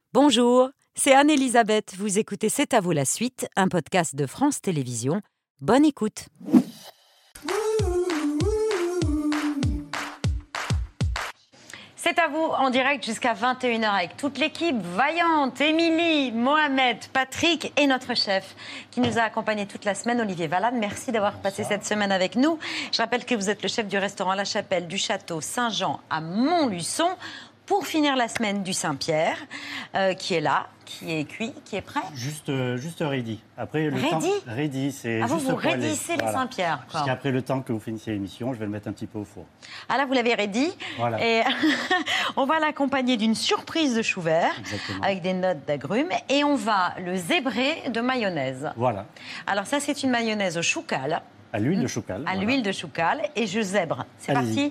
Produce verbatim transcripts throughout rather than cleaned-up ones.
Bonjour, c'est Anne-Elisabeth. Vous écoutez C'est à vous la suite, un podcast de France Télévisions. Bonne écoute. C'est à vous en direct jusqu'à vingt et une heures avec toute l'équipe vaillante, Émilie, Mohamed, Patrick et notre chef qui nous a accompagnés toute la semaine, Olivier Valade. Merci d'avoir passé cette semaine avec nous. Je rappelle que vous êtes le chef du restaurant La Chapelle du Château Saint-Jean à Montluçon. Pour finir la semaine du Saint-Pierre, euh, qui est là, qui est cuit, qui est prêt. Juste, euh, juste ready. Après le ready temps, ready, c'est ah, juste vous, vous pour readyssez les voilà. Saint-Pierre. Après le temps que vous finissiez l'émission, je vais le mettre un petit peu au four. Ah là, vous l'avez ready. Voilà. Et on va l'accompagner d'une surprise de chou vert Exactement. avec des notes d'agrumes et on va le zébrer de mayonnaise. Voilà. Alors ça, c'est une mayonnaise au choucal. À l'huile de choucal. À voilà. l'huile de choucal et je zèbre. C'est Allez-y. parti.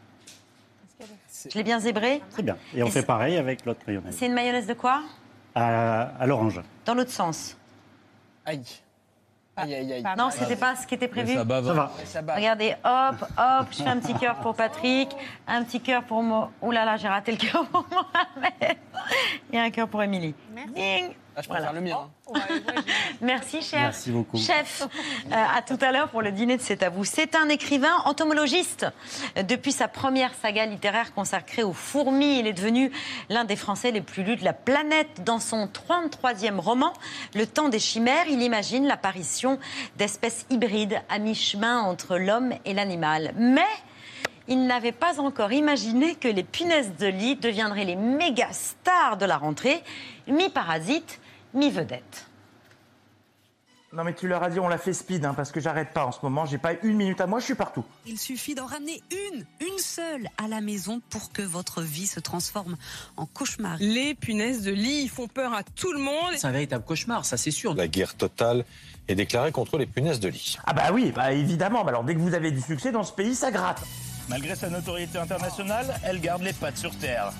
Je l'ai bien zébré. Très bien. Et on Et fait c'est... pareil avec l'autre mayonnaise. C'est une mayonnaise de quoi? À, à l'orange. Dans l'autre sens. Aïe. Aïe, aïe, aïe. Non, c'était pas ce qui était prévu. Ça bave. Ça va. Ça bat. Regardez, hop, hop, je fais un petit cœur pour Patrick, un petit cœur pour moi. Ouh là là, j'ai raté le cœur pour Mohamed. Et un cœur pour Émilie. Ding. Ah, je préfère Voilà. le mien. hein. Merci, cher. Merci beaucoup. Chef, euh, à tout à l'heure pour le dîner de C'est à vous. C'est un écrivain entomologiste. Depuis sa première saga littéraire consacrée aux fourmis, il est devenu l'un des Français les plus lus de la planète. Dans son trente-troisième roman, Le temps des chimères, il imagine l'apparition d'espèces hybrides à mi-chemin entre l'homme et l'animal. Mais il n'avait pas encore imaginé que les punaises de lit deviendraient les méga stars de la rentrée, mi-parasites, mi-vedettes. Non mais tu leur as dit on l'a fait speed hein, parce que j'arrête pas en ce moment, j'ai pas une minute à moi, je suis partout. Il suffit d'en ramener une, une seule à la maison pour que votre vie se transforme en cauchemar. Les punaises de lit font peur à tout le monde. C'est un véritable cauchemar, ça c'est sûr. La guerre totale est déclarée contre les punaises de lit. Ah bah oui, bah évidemment, bah alors dès que vous avez du succès dans ce pays, ça gratte. Malgré sa notoriété internationale, elle garde les pattes sur terre.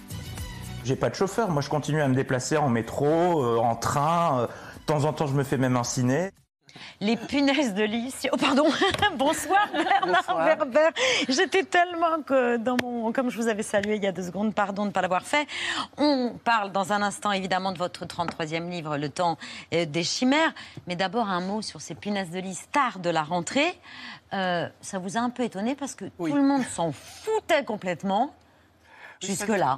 J'ai pas de chauffeur, moi je continue à me déplacer en métro, euh, en train, euh, de temps en temps je me fais même inciner. Les punaises de lit. Oh, pardon. Bonsoir, Bernard Werber. J'étais tellement que dans mon. Comme je vous avais salué il y a deux secondes, pardon de ne pas l'avoir fait. On parle dans un instant, évidemment, de votre trente-troisième livre, Le temps des chimères. Mais d'abord, un mot sur ces punaises de lit stars de la rentrée. Euh, ça vous a un peu étonné parce que Oui. tout le monde s'en foutait complètement jusque-là.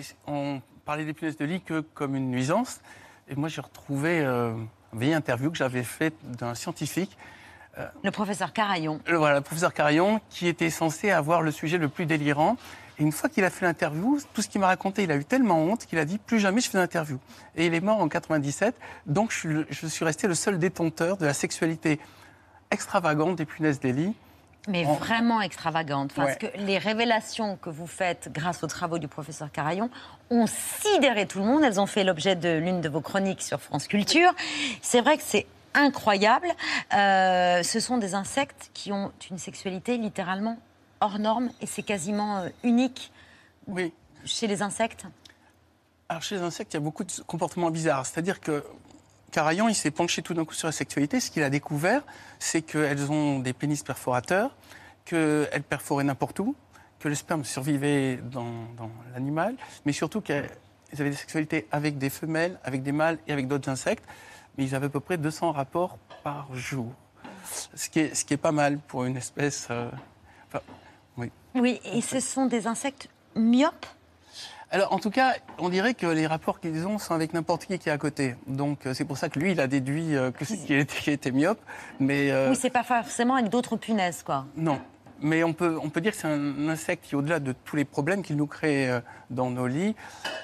On parlait des punaises de lit que comme une nuisance. Et moi, j'ai retrouvé euh, une vieille interview que j'avais faite d'un scientifique. Euh, Le professeur Carayon. le, voilà, le professeur Carayon, qui était censé avoir le sujet le plus délirant. Et une fois qu'il a fait l'interview, tout ce qu'il m'a raconté, il a eu tellement honte qu'il a dit plus jamais je fais d'interview. Et il est mort en quatre-vingt-dix-sept. Donc, je suis, le- je suis resté le seul détenteur de la sexualité extravagante des punaises de lit. Mais En- vraiment extravagante. Parce Ouais. que les révélations que vous faites grâce aux travaux du professeur Carayon ont sidéré tout le monde. Elles ont fait l'objet de l'une de vos chroniques sur France Culture. C'est vrai que c'est incroyable. Euh, ce sont des insectes qui ont une sexualité littéralement hors norme et c'est quasiment euh, unique Oui. chez les insectes. Alors, chez les insectes, il y a beaucoup de comportements bizarres. C'est-à-dire que Carayon, il s'est penché tout d'un coup sur la sexualité. Ce qu'il a découvert, c'est qu'elles ont des pénis perforateurs, qu'elles perforaient n'importe où, que le sperme survivait dans, dans l'animal, mais surtout qu'elles avaient des sexualités avec des femelles, avec des mâles et avec d'autres insectes. Mais ils avaient à peu près deux cents rapports par jour. Ce qui est, ce qui est pas mal pour une espèce... euh, enfin, oui. Oui, et ce sont des insectes myopes. Alors, en tout cas, on dirait que les rapports qu'ils ont sont avec n'importe qui qui est à côté. Donc, euh, c'est pour ça que lui, il a déduit euh, que c'est- qu'il était, qu'il était myope. Mais euh, Oui, c'est pas forcément avec d'autres punaises, quoi. non. Mais on peut, on peut dire que c'est un insecte qui, au-delà de tous les problèmes qu'il nous crée euh, dans nos lits,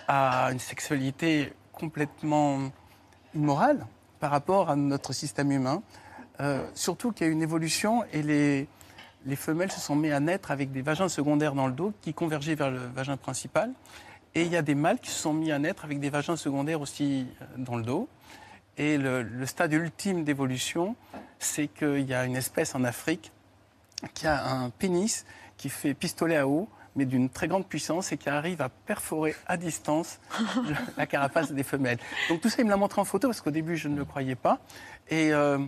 a une sexualité complètement immorale par rapport à notre système humain. Euh, surtout qu'il y a une évolution et les, les femelles se sont mises à naître avec des vagins secondaires dans le dos qui convergeaient vers le vagin principal. Et il y a des mâles qui se sont mis à naître avec des vagins secondaires aussi euh, dans le dos. Et le, le stade ultime d'évolution, c'est qu'il y a une espèce en Afrique qui a un pénis qui fait pistolet à eau, mais d'une très grande puissance et qui arrive à perforer à distance la carapace des femelles. Donc tout ça, il me l'a montré en photo parce qu'au début, je ne le croyais pas. Et euh,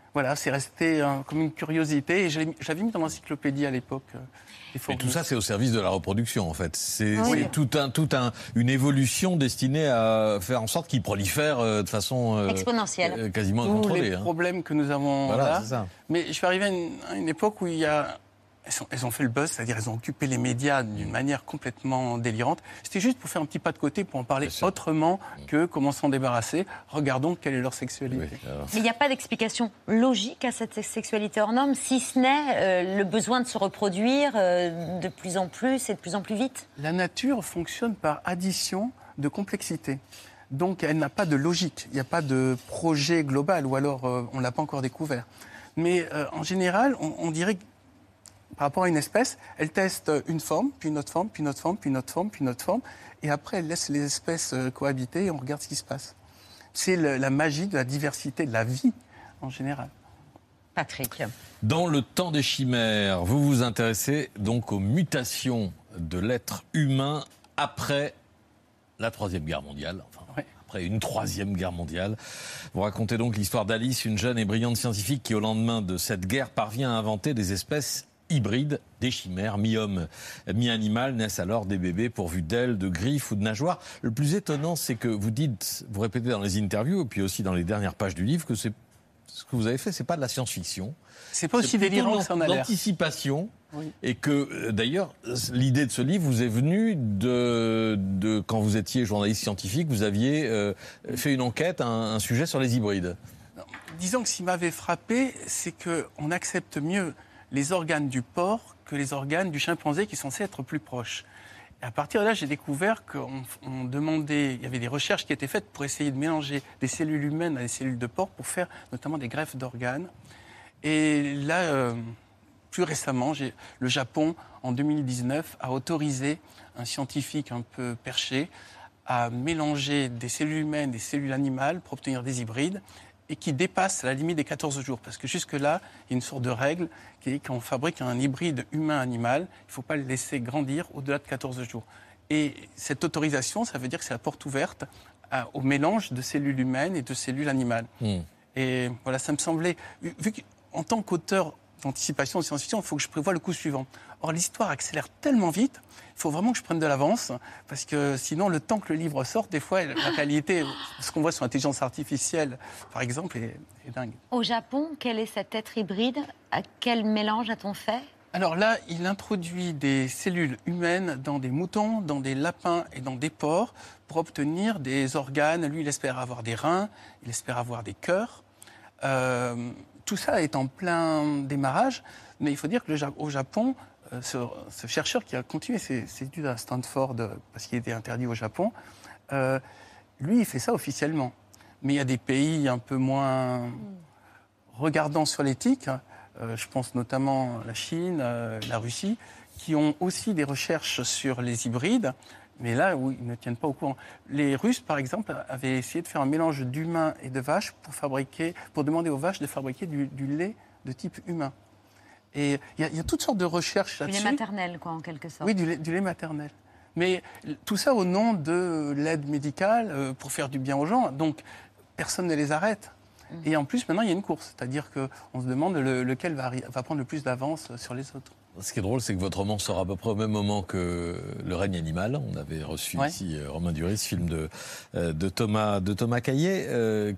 Voilà, c'est resté euh, comme une curiosité. Et j'avais j'avais mis dans l'encyclopédie à l'époque. Euh, les Mais tout ça, c'est au service de la reproduction, en fait. C'est Oui. c'est tout un, tout un, une évolution destinée à faire en sorte qu'ils prolifèrent euh, de façon euh, Exponentielle. euh, quasiment Tous incontrôlée. les hein. problèmes que nous avons Voilà, là. c'est ça. Mais je suis arrivé à une, à une époque où il y a... Elles, sont- elles ont fait le buzz, c'est-à-dire elles ont occupé les médias d'une manière complètement délirante. C'était juste pour faire un petit pas de côté, pour en parler Bien sûr. autrement que comment s'en débarrasser. Regardons quelle est leur sexualité. Oui, alors. Mais il n'y a pas d'explication logique à cette sexualité hors norme, si ce n'est euh, le besoin de se reproduire euh, de plus en plus et de plus en plus vite. La nature fonctionne par addition de complexité. Donc elle n'a pas de logique, il n'y a pas de projet global, ou alors euh, on ne l'a pas encore découvert. Mais euh, en général, on, on dirait que par rapport à une espèce, elle teste une forme, puis une autre forme, puis une autre forme, puis une autre forme, puis une autre forme, et après elle laisse les espèces euh, cohabiter et on regarde ce qui se passe. C'est le- la magie de la diversité de la vie en général. Patrick. Dans le temps des chimères, vous vous intéressez donc aux mutations de l'être humain après la Troisième Guerre mondiale. Enfin, Ouais. après une Troisième Guerre mondiale. Vous racontez donc l'histoire d'Alice, une jeune et brillante scientifique qui, au lendemain de cette guerre, parvient à inventer des espèces hybrides, des chimères, mi-homme, mi-animal, naissent alors des bébés pourvus d'ailes, de griffes ou de nageoires. Le plus étonnant, c'est que vous dites, vous répétez dans les interviews, et puis aussi dans les dernières pages du livre, que c'est ce que vous avez fait, c'est pas de la science-fiction. C'est pas aussi C'est plutôt délirant de que ça en a l'air. l'anticipation. Oui. Et que, euh, d'ailleurs, l'idée de ce livre vous est venue de, de quand vous étiez journaliste scientifique, vous aviez euh, fait une enquête, un, un sujet sur les hybrides. Disons que ce qui m'avait frappé, c'est qu'on accepte mieux les organes du porc que les organes du chimpanzé qui sont censés être plus proches. Et à partir de là, j'ai découvert qu'on on demandait, il y avait des recherches qui étaient faites pour essayer de mélanger des cellules humaines à des cellules de porc pour faire notamment des greffes d'organes. Et là, euh, plus récemment, j'ai- le Japon, en deux mille dix-neuf, a autorisé un scientifique un peu perché à mélanger des cellules humaines et des cellules animales pour obtenir des hybrides et qui dépassent la limite des quatorze jours. Parce que jusque-là, il y a une sorte de règle qui est qu'on fabrique un hybride humain-animal, il ne faut pas le laisser grandir au-delà de quatorze jours. Et cette autorisation, ça veut dire que c'est la porte ouverte à- au mélange de cellules humaines et de cellules animales. Hmm. Et voilà, ça me semblait... Vu qu'en tant qu'auteur d'anticipation de science-fiction, il faut que je prévoie le coup suivant. Or, l'histoire accélère tellement vite, il faut vraiment que je prenne de l'avance, parce que sinon, le temps que le livre sorte, des fois, la réalité, ce qu'on voit sur l'intelligence artificielle, par exemple, est, est dingue. Au Japon, quel est cet être hybride? À quel mélange a-t-on fait? Alors là, il introduit des cellules humaines dans des moutons, dans des lapins et dans des porcs pour obtenir des organes. Lui, il espère avoir des reins, il espère avoir des cœurs. Euh, tout ça est en plein démarrage, mais il faut dire que le Ja- au Japon, euh, ce, ce chercheur qui a continué ses, ses études à Stanford, euh, parce qu'il était interdit au Japon, euh, lui, il fait ça officiellement. Mais il y a des pays un peu moins regardants sur l'éthique, euh, je pense notamment à la Chine, euh, la Russie, qui ont aussi des recherches sur les hybrides, mais là, où ils ne tiennent pas au courant. Les Russes, par exemple, avaient essayé de faire un mélange d'humains et de vaches pour, fabriquer, pour demander aux vaches de fabriquer du, du lait de type humain. Et il y, a- il y a toutes sortes de recherches Du lait là-dessus. maternel, quoi, en quelque sorte. Oui, du lait, du lait maternel. Mais tout ça au nom de l'aide médicale euh, pour faire du bien aux gens. Donc, personne ne les arrête. Et en plus, maintenant, il y a une course. C'est-à-dire qu'on se demande le- lequel va, arri- va prendre le plus d'avance sur les autres. Ce qui est drôle, c'est que votre roman sort à peu près au même moment que Le règne animal. On avait reçu Ouais. ici euh, Romain Duris, film de, euh, de Thomas, de Thomas Caillet. Euh,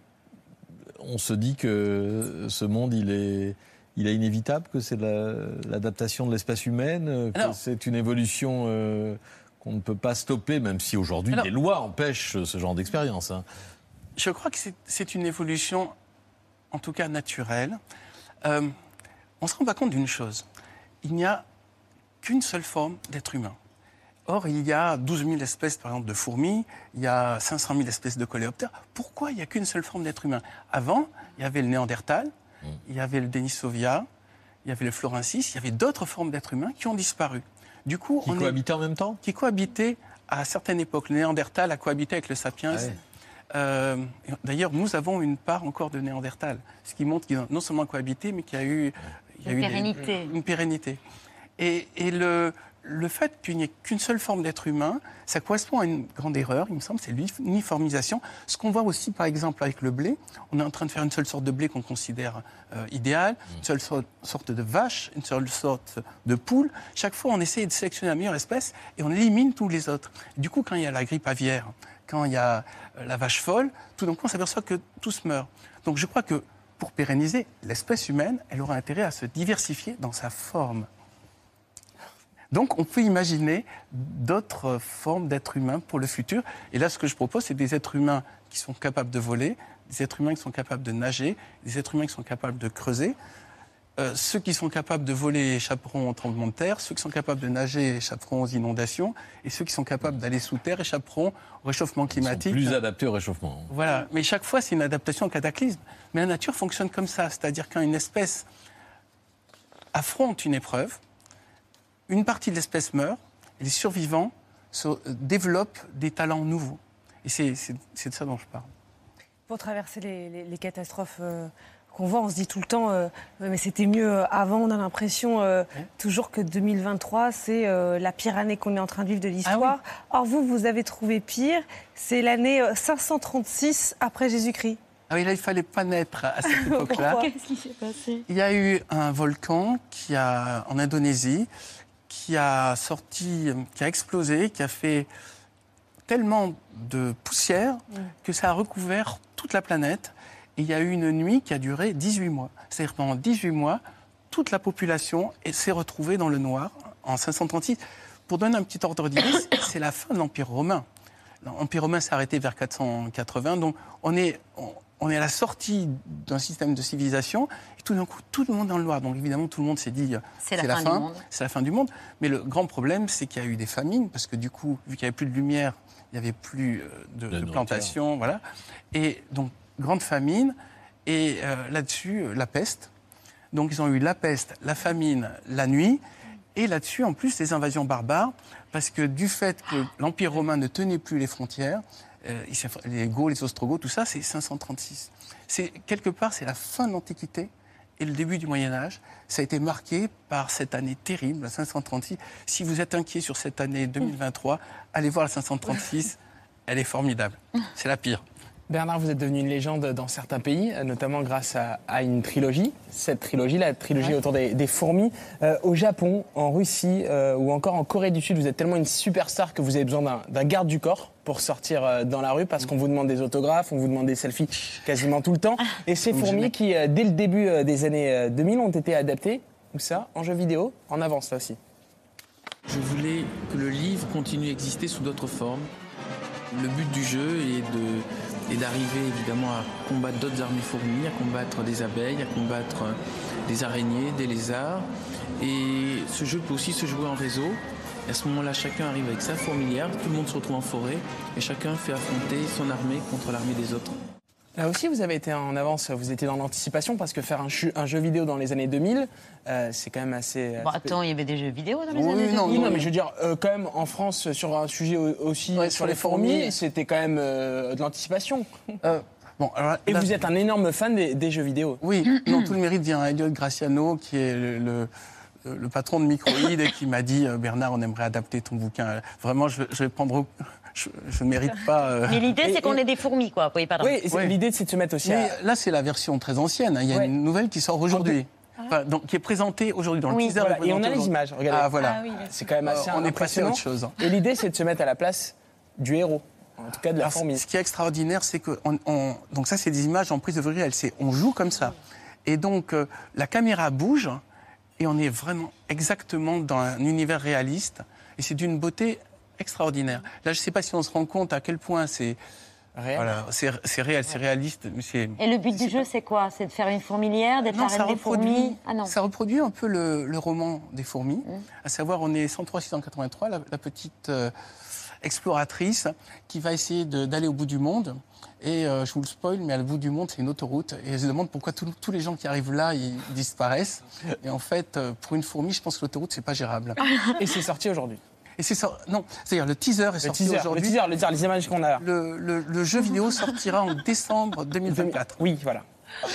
on se dit que ce monde, il est, il est inévitable, que c'est la- l'adaptation de l'espèce humaine, euh, que Alors- c'est une évolution euh, qu'on ne peut pas stopper, même si aujourd'hui Alors- les lois empêchent ce genre d'expérience. hein. Je crois que c'est- c'est une évolution, en tout cas naturelle. Euh, on se rend pas compte d'une chose. Il n'y a qu'une seule forme d'être humain. Or, il y a douze mille espèces, par exemple, de fourmis, il y a cinq cent mille espèces de coléoptères. Pourquoi il n'y a qu'une seule forme d'être humain? Avant, il y avait le Néandertal, il y avait le Denisovia, il y avait le Florensis, il y avait d'autres formes d'êtres humains qui ont disparu. Du coup, Qui on est- cohabitaient en même temps qui cohabitaient à certaines époques. Le Néandertal a cohabité avec le Sapiens. Ah ouais. Euh, et D'ailleurs, nous avons une part encore de Néandertal, ce qui montre qu'ils ont non seulement cohabité, mais qu'il y a eu, il y a Une eu des- pérennité. une pérennité. Et, et le, le fait qu'il n'y ait qu'une seule forme d'être humain, ça correspond à une grande erreur, il me semble, c'est l'uniformisation. Ce qu'on voit aussi, par exemple, avec le blé, on est en train de faire une seule sorte de blé qu'on considère euh, idéal, une seule so- sorte de vache, une seule sorte de poule. Chaque fois, on essaie de sélectionner la meilleure espèce et on élimine tous les autres. Du coup, quand il y a la grippe aviaire, quand il y a euh, la vache folle, tout d'un coup, on s'aperçoit que tous meurent. Donc je crois que pour pérenniser, l'espèce humaine, elle aura intérêt à se diversifier dans sa forme. Donc, on peut imaginer d'autres formes d'êtres humains pour le futur. Et là, ce que je propose, c'est des êtres humains qui sont capables de voler, des êtres humains qui sont capables de nager, des êtres humains qui sont capables de creuser. Euh, ceux qui sont capables de voler échapperont aux tremblements de terre, ceux qui sont capables de nager échapperont aux inondations, et ceux qui sont capables d'aller sous terre échapperont au réchauffement climatique. Ils sont plus adaptés au réchauffement. Voilà. Mais chaque fois, c'est une adaptation au cataclysme. Mais la nature fonctionne comme ça. C'est-à-dire quand une espèce affronte une épreuve, une partie de l'espèce meurt, et les survivants se, euh, développent des talents nouveaux. Et c'est, c'est, c'est de ça dont je parle. Pour traverser les, les, les catastrophes euh, qu'on voit, on se dit tout le temps euh, mais c'était mieux avant. On a l'impression euh, ouais. toujours que deux mille vingt-trois, c'est euh, la pire année qu'on est en train de vivre de l'histoire. Ah oui. Or vous, vous avez trouvé pire. C'est l'année cinq cent trente-six après Jésus-Christ. Ah oui, là, il ne fallait pas naître à cette époque-là. Qu'est-ce qui s'est passé ? Il y a eu un volcan qui a, en Indonésie qui a sorti, qui a explosé, qui a fait tellement de poussière que ça a recouvert toute la planète. Et il y a eu une nuit qui a duré dix-huit mois. C'est-à-dire pendant dix-huit mois, toute la population s'est retrouvée dans le noir en cinq cent trente-six. Pour donner un petit ordre d'idée, c'est la fin de l'Empire romain. L'Empire romain s'est arrêté vers quatre cent quatre-vingts. Donc on est, on, on est à la sortie d'un système de civilisation. Et tout d'un coup, tout le monde dans le noir. Donc évidemment, tout le monde s'est dit c'est, c'est la, la fin, fin c'est la fin du monde. Mais le grand problème, c'est qu'il y a eu des famines. Parce que du coup, vu qu'il n'y avait plus de lumière, il n'y avait plus de, de plantation. Voilà. Et donc, grande famine. Et euh, là-dessus, la peste. Donc ils ont eu la peste, la famine, la nuit. Et là-dessus, en plus, les invasions barbares, parce que du fait que l'Empire romain ne tenait plus les frontières, euh, les Gaules, les Ostrogoths, tout ça, c'est cinq cent trente-six. C'est, quelque part, c'est la fin de l'Antiquité et le début du Moyen-Âge. Ça a été marqué par cette année terrible, la cinq cent trente-six. Si vous êtes inquiet sur cette année deux mille vingt-trois, allez voir la cinq cent trente-six, elle est formidable. C'est la pire. Bernard, vous êtes devenu une légende dans certains pays, notamment grâce à, à une trilogie. Cette trilogie, la trilogie ouais. autour des, des fourmis. Euh, au Japon, en Russie euh, ou encore en Corée du Sud, vous êtes tellement une superstar que vous avez besoin d'un, d'un garde du corps pour sortir euh, dans la rue parce qu'on vous demande des autographes, on vous demande des selfies quasiment tout le temps. Et ces fourmis qui, euh, dès le début euh, des années euh, deux mille, ont été adaptées, où ça, en jeu vidéo, en avance là aussi. Je voulais que le livre continue à exister sous d'autres formes. Le but du jeu est de... et d'arriver évidemment à combattre d'autres armées fourmis, à combattre des abeilles, à combattre des araignées, des lézards. Et ce jeu peut aussi se jouer en réseau. Et à ce moment-là, chacun arrive avec sa fourmilière, tout le monde se retrouve en forêt et chacun fait affronter son armée contre l'armée des autres. Là aussi, vous avez été en avance, vous étiez dans l'anticipation parce que faire un jeu, un jeu vidéo dans les années deux mille, euh, c'est quand même assez... Bon, attends, il y avait des jeux vidéo dans les oui, années deux mille. Non, non, mais je veux dire, euh, quand même, en France, sur un sujet aussi, ouais, sur, sur les fourmis, fourmis, c'était quand même euh, de l'anticipation. Euh, bon, alors, Et là, vous êtes un énorme fan des, des jeux vidéo. Oui, non, tout le mérite vient à Elliot Graciano, qui est le... le... le patron de Microïd et qui m'a dit « Bernard, on aimerait adapter ton bouquin. » Vraiment, je, je vais prendre... Je ne mérite pas... Euh... Mais l'idée, c'est et, qu'on et... ait des fourmis, quoi. Oui, pardon. Oui, ouais. L'idée, c'est de se mettre aussi Mais à... là, c'est la version très ancienne. Hein. Il y a ouais. une nouvelle qui sort aujourd'hui. Ah. Enfin, donc, qui est présentée aujourd'hui dans oui, le teaser. Voilà. Et on a les images, regardez. Ah, voilà. Ah, oui, c'est quand même assez euh, on est passé à autre chose. Hein. Et l'idée, c'est de se mettre à la place du héros. En tout cas, de la Alors, fourmi. Ce qui est extraordinaire, c'est que... On, on... Donc ça, c'est des images en prise de vue réelle. C'est... On joue comme ça. Et donc, euh, la caméra bouge... Et on est vraiment exactement dans un univers réaliste. Et c'est d'une beauté extraordinaire. Là, je ne sais pas si on se rend compte à quel point c'est réel. Voilà, c'est, c'est réel, c'est réaliste. Mais c'est, Et le but c'est du jeu, c'est quoi ? C'est de faire une fourmilière, d'être la reine des fourmis ? Ah non. Ça reproduit un peu le, le roman des fourmis. Mmh. À savoir, on est cent trois six cent quatre-vingt-trois, la, la petite euh, exploratrice qui va essayer de, d'aller au bout du monde. Et euh, je vous le spoil, mais à bout du monde, c'est une autoroute. Et elle se demande pourquoi tous, tous les gens qui arrivent là, ils disparaissent. Et en fait, euh, pour une fourmi, je pense que l'autoroute, c'est pas gérable. Et c'est sorti aujourd'hui. Et c'est so- non, c'est-à-dire le teaser est le sorti teaser, aujourd'hui. Le teaser, le teaser, les images qu'on a. Le, le, le jeu vidéo sortira en décembre deux mille vingt-quatre. Oui, voilà.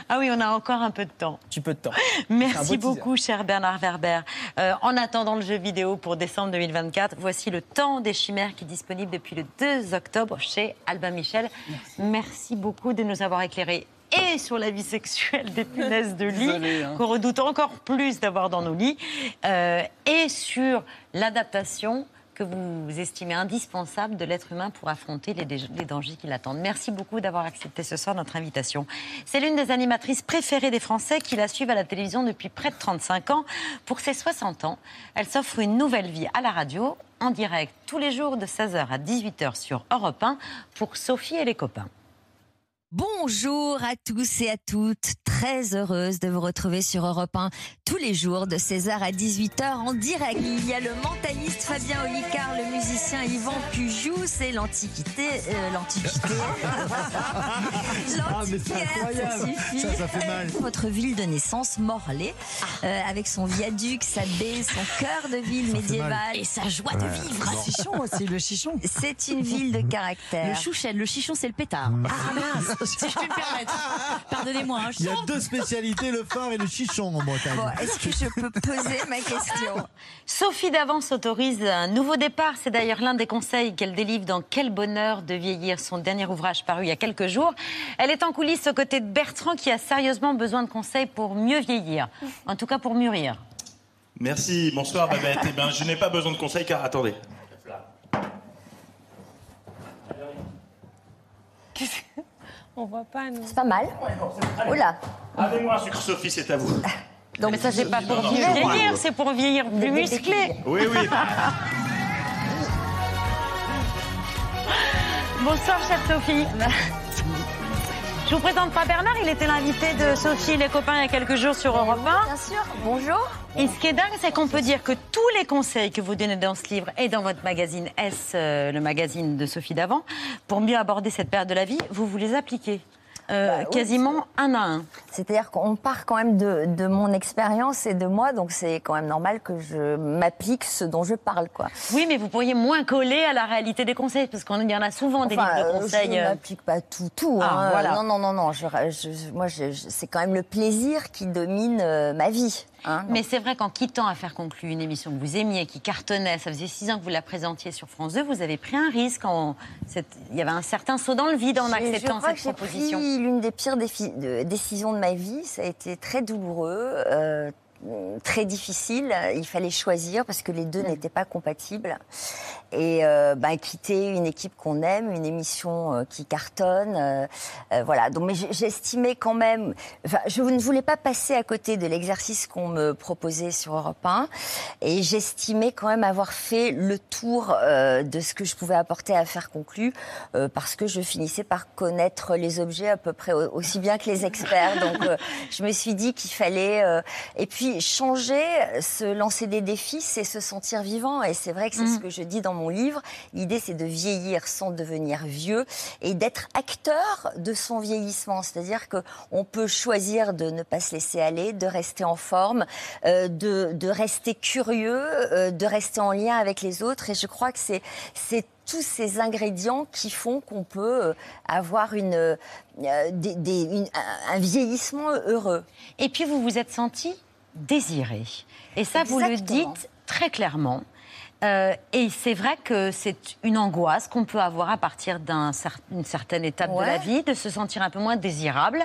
Ah oui, on a encore un peu de temps. Un petit peu de temps. Merci beaucoup, cher Bernard Werber. Euh, en attendant le jeu vidéo pour décembre deux mille vingt-quatre, voici Le Temps des Chimères qui est disponible depuis le deux octobre chez Albin Michel. Merci, Merci beaucoup de nous avoir éclairés et sur la vie sexuelle des punaises de lit, Désolé, hein. qu'on redoute encore plus d'avoir dans nos lits, euh, et sur l'adaptation que vous estimez indispensable de l'être humain pour affronter les, les dangers qui l'attendent. Merci beaucoup d'avoir accepté ce soir notre invitation. C'est l'une des animatrices préférées des Français qui la suivent à la télévision depuis près de trente-cinq ans. Pour ses soixante ans, elle s'offre une nouvelle vie à la radio, en direct, tous les jours de seize heures à dix-huit heures sur Europe un, pour Sophie et les copains. Bonjour à tous et à toutes, très heureuse de vous retrouver sur Europe un tous les jours de seize heures à dix-huit heures en direct. Il y a le mentaliste Fabien Olicard, le musicien Yvan Pujoux, c'est l'antiquité, euh, l'antiquité, Ah mais c'est incroyable, ça, ça fait mal. Votre ville de naissance, Morlaix, euh, avec son viaduc, sa baie, son cœur de ville Ça médiévale et sa joie de vivre. Le chichon aussi, le chichon. C'est une ville de caractère. Le chouchel, le chichon, c'est le pétard. Ah mince, si je peux me permettre. Pardonnez-moi. Hein, Il y a deux spécialités, le phare et le chichon en Bretagne. Bon, est-ce que je peux poser ma question? Sophie Davant s'autorise un nouveau départ. C'est d'ailleurs l'un des conseils qu'elle délivre dans Quel bonheur de vieillir, son dernier ouvrage paru il y a quelques jours. Elle est en coulisses aux côtés de Bertrand qui a sérieusement besoin de conseils pour mieux vieillir. En tout cas pour mûrir. Merci, bonsoir Babette. Eh bien, je n'ai pas besoin de conseils car attendez. On voit pas, nous. C'est pas mal. Oula. Avez-moi un sucre Sophie, c'est à vous. Donc, mais ça, c'est pas pour Non, non, vieillir, c'est vieillir, c'est pour vieillir plus musclé. Oui, oui. Bonsoir, chère Sophie. Je vous présente pas Bernard, il était l'invité de Sophie et les copains il y a quelques jours sur Europe un. Bien sûr, bonjour. Et ce qui est dingue, c'est qu'on peut dire que tous les conseils que vous donnez dans ce livre et dans votre magazine S, euh, le magazine de Sophie Davant, pour mieux aborder cette période de la vie, vous vous les appliquez. Euh, bah, oui, quasiment un à un. C'est-à-dire qu'on part quand même de, de mon expérience et de moi, donc c'est quand même normal que je m'applique ce dont je parle, quoi. Oui, mais vous pourriez moins coller à la réalité des conseils, parce qu'il y en a souvent des enfin, livres de conseils. Je ne m'applique pas tout, tout. Ah, hein. voilà. Non, non, non, non. Je, je, moi, je, je, c'est quand même le plaisir qui domine euh, ma vie. Hein, mais c'est vrai qu'en quittant Affaires conclues, une émission que vous aimiez, qui cartonnait, ça faisait six ans que vous la présentiez sur France deux, vous avez pris un risque. En... Il y avait un certain saut dans le vide en acceptant je crois cette que proposition. J'ai pris l'une des pires défi- de, décisions de ma vie. Ça a été très douloureux, euh, très difficile. Il fallait choisir parce que les deux n'étaient pas compatibles. Et euh, bah, quitter une équipe qu'on aime, une émission euh, qui cartonne, euh, euh, voilà. Donc, mais j'estimais quand même. Enfin, je ne voulais pas passer à côté de l'exercice qu'on me proposait sur Europe un, et j'estimais quand même avoir fait le tour euh, de ce que je pouvais apporter à Affaires conclues, euh, parce que je finissais par connaître les objets à peu près aussi bien que les experts. Donc, euh, je me suis dit qu'il fallait. Euh, et puis changer, se lancer des défis, c'est se sentir vivant. Et c'est vrai que c'est mmh. ce que je dis dans mon livre. L'idée, c'est de vieillir sans devenir vieux et d'être acteur de son vieillissement. C'est-à-dire qu'on peut choisir de ne pas se laisser aller, de rester en forme, euh, de, de rester curieux, euh, de rester en lien avec les autres. Et je crois que c'est, c'est tous ces ingrédients qui font qu'on peut avoir une, euh, des, des, une, un vieillissement heureux. Et puis, vous vous êtes senti désiré. Et ça, Exactement. Vous le dites très clairement. Euh, et c'est vrai que c'est une angoisse qu'on peut avoir à partir d'une certaine étape ouais. de la vie, de se sentir un peu moins désirable.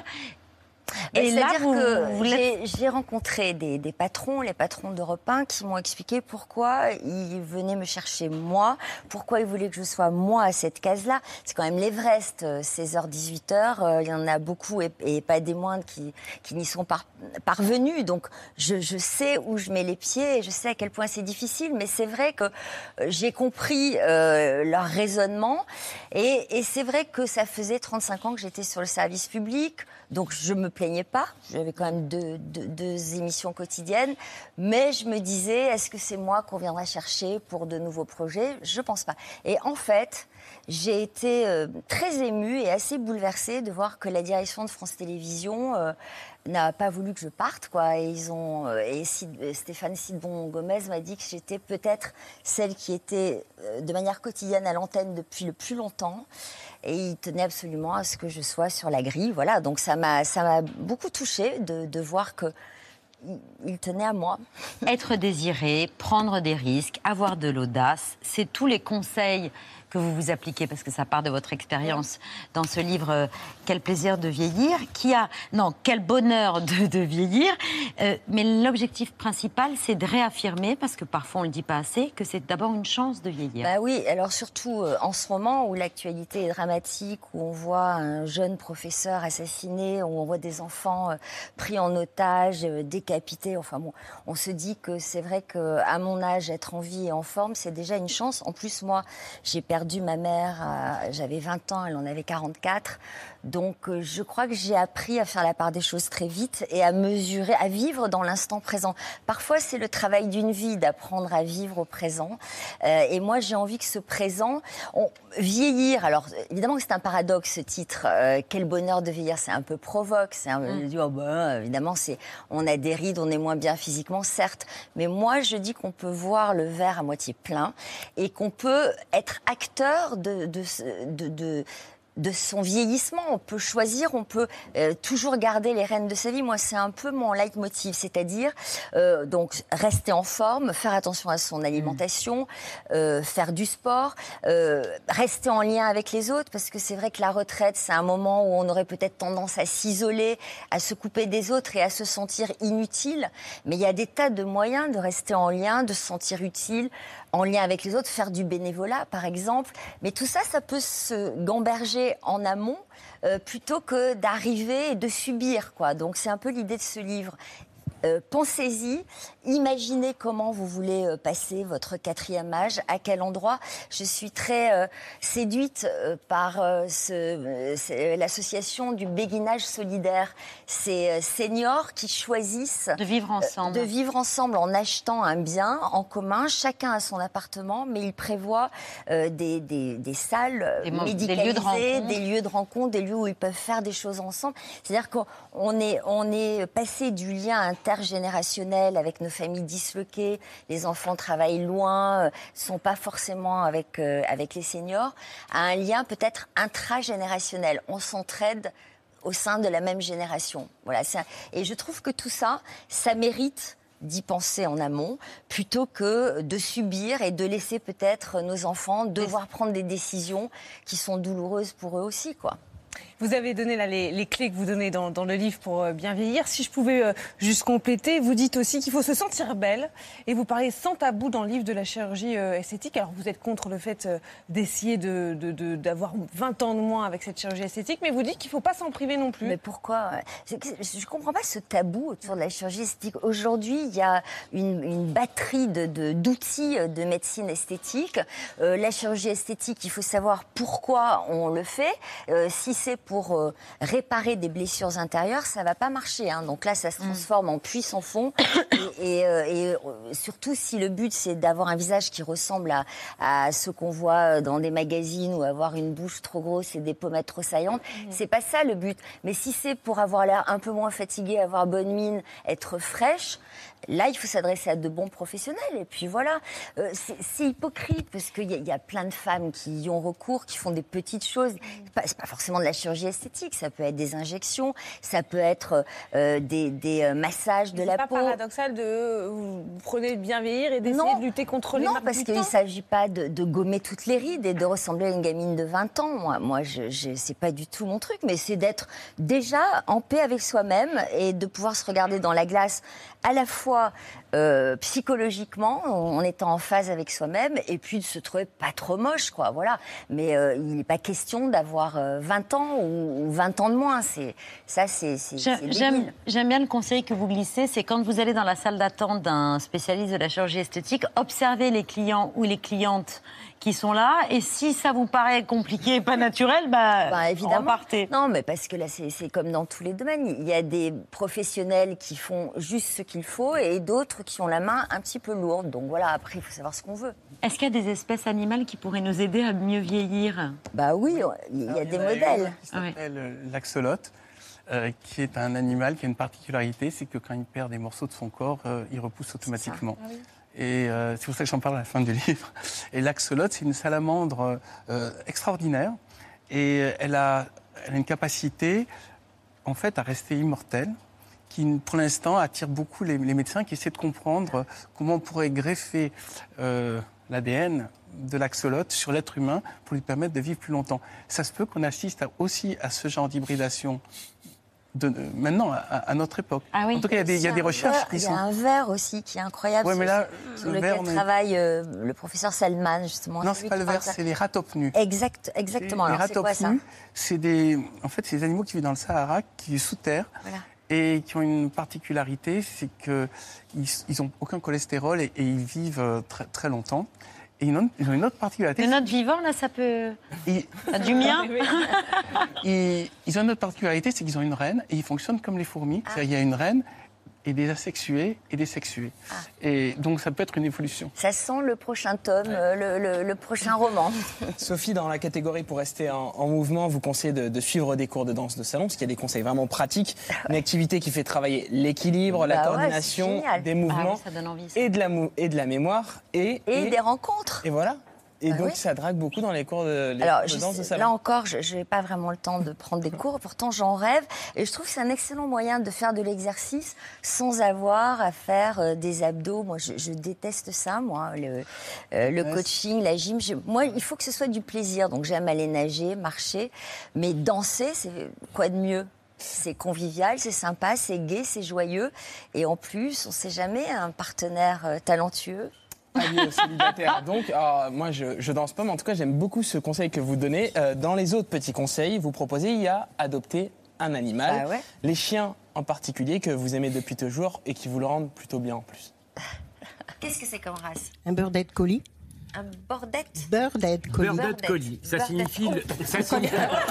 Et là, c'est-à-dire que vous j'ai, j'ai rencontré des, des patrons, les patrons d'Europe un, qui m'ont expliqué pourquoi ils venaient me chercher moi, pourquoi ils voulaient que je sois moi à cette case-là. C'est quand même l'Everest, seize heures dix-huit heures, euh, il y en a beaucoup et, et pas des moindres qui, qui n'y sont par, parvenus. Donc je, je sais où je mets les pieds et je sais à quel point c'est difficile, mais c'est vrai que j'ai compris euh, leur raisonnement et, et c'est vrai que ça faisait trente-cinq ans que j'étais sur le service public, donc je me plaignais pas, j'avais quand même deux, deux, deux émissions quotidiennes, mais je me disais, est-ce que c'est moi qu'on viendra chercher pour de nouveaux projets ? Je pense pas. Et en fait, j'ai été euh, très émue et assez bouleversée de voir que la direction de France Télévisions euh, n'a pas voulu que je parte, quoi. Et ils ont euh, et Sid- Stéphane Sidbon-Gomez m'a dit que j'étais peut-être celle qui était euh, de manière quotidienne à l'antenne depuis le plus longtemps. Et il tenait absolument à ce que je sois sur la grille, voilà. Donc ça m'a ça m'a beaucoup touchée de, de voir que il tenait à moi. Être désiré, prendre des risques, avoir de l'audace, c'est tous les conseils que vous vous appliquez, parce que ça part de votre expérience dans ce livre euh, « Quel plaisir de vieillir », qui a... Non, « Quel bonheur de, de vieillir euh, ». Mais l'objectif principal, c'est de réaffirmer, parce que parfois on ne le dit pas assez, que c'est d'abord une chance de vieillir. Bah oui, alors surtout euh, en ce moment où l'actualité est dramatique, où on voit un jeune professeur assassiné, où on voit des enfants euh, pris en otage, euh, décapités. Enfin bon, on se dit que c'est vrai qu'à mon âge, être en vie et en forme, c'est déjà une chance. En plus, moi, j'ai perdu ma mère, euh, j'avais vingt ans, elle en avait quarante-quatre. Donc euh, je crois que j'ai appris à faire la part des choses très vite et à mesurer, à vivre dans l'instant présent. Parfois, c'est le travail d'une vie d'apprendre à vivre au présent. Euh, et moi, j'ai envie que ce présent, on, vieillir, alors évidemment que c'est un paradoxe ce titre, euh, quel bonheur de vieillir, c'est un peu provoque, c'est un peu, mm. oh, bah, évidemment, c'est, on a des rides, on est moins bien physiquement, certes, mais moi, je dis qu'on peut voir le verre à moitié plein et qu'on peut être acteur de, de, de, de de son vieillissement. On peut choisir, on peut euh, toujours garder les rênes de sa vie. Moi, c'est un peu mon leitmotiv, c'est-à-dire euh, donc rester en forme, faire attention à son alimentation, euh, faire du sport, euh, rester en lien avec les autres, parce que c'est vrai que la retraite, c'est un moment où on aurait peut-être tendance à s'isoler, à se couper des autres et à se sentir inutile. Mais il y a des tas de moyens de rester en lien, de se sentir utile, en lien avec les autres, faire du bénévolat, par exemple. Mais tout ça, ça peut se gamberger en amont euh, plutôt que d'arriver et de subir, quoi. Donc c'est un peu l'idée de ce livre. Euh, pensez-y, imaginez comment vous voulez euh, passer votre quatrième âge, à quel endroit. Je suis très euh, séduite euh, par euh, ce, euh, l'association du béguinage solidaire. C'est euh, seniors qui choisissent de vivre ensemble. Euh, de vivre ensemble en achetant un bien en commun, chacun a son appartement, mais ils prévoient euh, des, des, des salles des médicalisées, des lieux, de rencontre. des lieux de rencontre, des lieux où ils peuvent faire des choses ensemble. C'est-à-dire qu'on est, on est passé du lien intergénérationnel avec nos familles disloquées, les enfants travaillent loin, ne sont pas forcément avec, euh, avec les seniors, à un lien peut-être intragénérationnel. On s'entraide au sein de la même génération. Voilà, c'est un... Et je trouve que tout ça, ça mérite d'y penser en amont, plutôt que de subir et de laisser peut-être nos enfants devoir prendre des décisions qui sont douloureuses pour eux aussi, quoi. Vous avez donné là, les, les clés que vous donnez dans, dans le livre pour euh, bien vieillir. Si je pouvais euh, juste compléter, vous dites aussi qu'il faut se sentir belle. Et vous parlez sans tabou dans le livre de la chirurgie euh, esthétique. Alors vous êtes contre le fait euh, d'essayer de, de, de, d'avoir vingt ans de moins avec cette chirurgie esthétique, mais vous dites qu'il ne faut pas s'en priver non plus. Mais pourquoi ? Je ne comprends pas ce tabou autour de la chirurgie esthétique. Aujourd'hui, il y a une, une batterie de, de, d'outils de médecine esthétique. Euh, la chirurgie esthétique, il faut savoir pourquoi on le fait. Euh, si c'est pour euh, réparer des blessures intérieures, ça ne va pas marcher. Hein. Donc là, ça se transforme en puits sans fond. Et, et, euh, et euh, surtout, si le but, c'est d'avoir un visage qui ressemble à, à ce qu'on voit dans des magazines ou avoir une bouche trop grosse et des pommettes trop saillantes, mmh. c'est pas ça le but. Mais si c'est pour avoir l'air un peu moins fatigué, avoir bonne mine, être fraîche, là, il faut s'adresser à de bons professionnels. Et puis voilà, euh, c'est, c'est hypocrite parce qu'il y, y a plein de femmes qui y ont recours, qui font des petites choses. C'est pas, c'est pas forcément de la chirurgie esthétique, ça peut être des injections, ça peut être euh, des, des massages de Mais la c'est peau. C'est pas paradoxal de vous prenez de bien vieillir et d'essayer non, de lutter contre les non, marques parce du qu'il ne temps. s'agit pas de, de gommer toutes les rides et de ressembler à une gamine de vingt ans. Moi, moi je, je, c'est pas du tout mon truc, mais c'est d'être déjà en paix avec soi-même et de pouvoir se regarder dans la glace à la fois euh, psychologiquement, en étant en phase avec soi-même, et puis de se trouver pas trop moche, quoi. Voilà. Mais euh, il n'est pas question d'avoir euh, vingt ans ou, ou vingt ans de moins. C'est, ça, c'est, c'est, j'aime, c'est j'aime, j'aime bien le conseil que vous glissez, c'est quand vous allez dans la salle d'attente d'un spécialiste de la chirurgie esthétique, observez les clients ou les clientes qui sont là. Et si ça vous paraît compliqué et pas naturel, bah, bah évidemment. repartez. Non, mais parce que là, c'est, c'est comme dans tous les domaines. Il y a des professionnels qui font juste ce qu'il faut et d'autres qui ont la main un petit peu lourde. Donc voilà, après, il faut savoir ce qu'on veut. Est-ce qu'il y a des espèces animales qui pourraient nous aider à mieux vieillir? Bah oui, il y a Alors, des il y en a modèles. une qui s'appelle euh, l'axolote, euh, qui est un animal qui a une particularité, c'est que quand il perd des morceaux de son corps, euh, il repousse automatiquement. Ah oui. Et euh, c'est pour ça que j'en parle à la fin du livre. Et l'axolote, c'est une salamandre euh, extraordinaire. Et elle a, elle a une capacité, en fait, à rester immortelle, qui, pour l'instant, attire beaucoup les, les médecins qui essaient de comprendre comment on pourrait greffer euh, l'A D N de l'axolote sur l'être humain pour lui permettre de vivre plus longtemps. Ça se peut qu'on assiste à, aussi à ce genre d'hybridation de, euh, maintenant, à, à notre époque. Ah oui. En tout cas, il y a des, il y a des recherches qui Il y sont... a un ver aussi qui est incroyable, Ouais, sur, mais là, sur le lequel ver, on est- travaille euh, le professeur Salman, justement. Non, C'est c'est lui pas qui le parle ver, de ça. c'est les ratopnus. Exact, exactement. Les Alors, c'est quoi ça? ratopnus, c'est des, en fait, c'est des animaux qui vivent dans le Sahara, qui vivent sous terre, Voilà. et qui ont une particularité, c'est qu'ils ils ont aucun cholestérol et, et ils vivent euh, très, très longtemps. Et ils ont, ils ont une autre particularité. De notre vivant, là, ça peut... Ils, Ah, du mien ils, ils ont une autre particularité, c'est qu'ils ont une reine et ils fonctionnent comme les fourmis. Ah. C'est-à-dire, il y a une reine et des asexués et des sexués. Ah. Et donc, ça peut être une évolution. Ça sent le prochain tome, euh, le, le- le prochain roman. Sophie, dans la catégorie pour rester en, en mouvement, vous conseillez de, de suivre des cours de danse de salon, parce qu'il y a des conseils vraiment pratiques. Une activité qui fait travailler l'équilibre, la Bah ouais, coordination, c'est génial. des Ah mouvements oui, ça donne envie, ça. et, de la mou- et de la mémoire. Et, Et, des rencontres. et voilà. Et Ah donc, oui. ça drague beaucoup dans les cours de, les Alors, cours de je danse de sais- salon. là encore, je n'ai pas vraiment le temps de prendre des cours. Pourtant, j'en rêve. Et je trouve que c'est un excellent moyen de faire de l'exercice sans avoir à faire euh, des abdos. Moi, je, je déteste ça, moi, le, euh, le Ouais, coaching, la gym. Je- moi, il faut que ce soit du plaisir. Donc, j'aime aller nager, marcher. Mais danser, c'est quoi de mieux? C'est convivial, c'est sympa, c'est gai, c'est joyeux. Et en plus, on ne sait jamais, un partenaire euh, talentueux. Avis aux célibataires. Donc, alors, moi, je, je danse pas, mais en tout cas, j'aime beaucoup ce conseil que vous donnez. Euh, dans les autres petits conseils, vous proposez, il y a adopter un animal. Bah ouais. Les chiens en particulier, que vous aimez depuis toujours et qui vous le rendent plutôt bien en plus. Qu'est-ce que c'est comme race? Un Burdette Collie. Un bordette? Burdette Collie. Burdette collie, ça Burdette. signifie, le, ça Un signifie,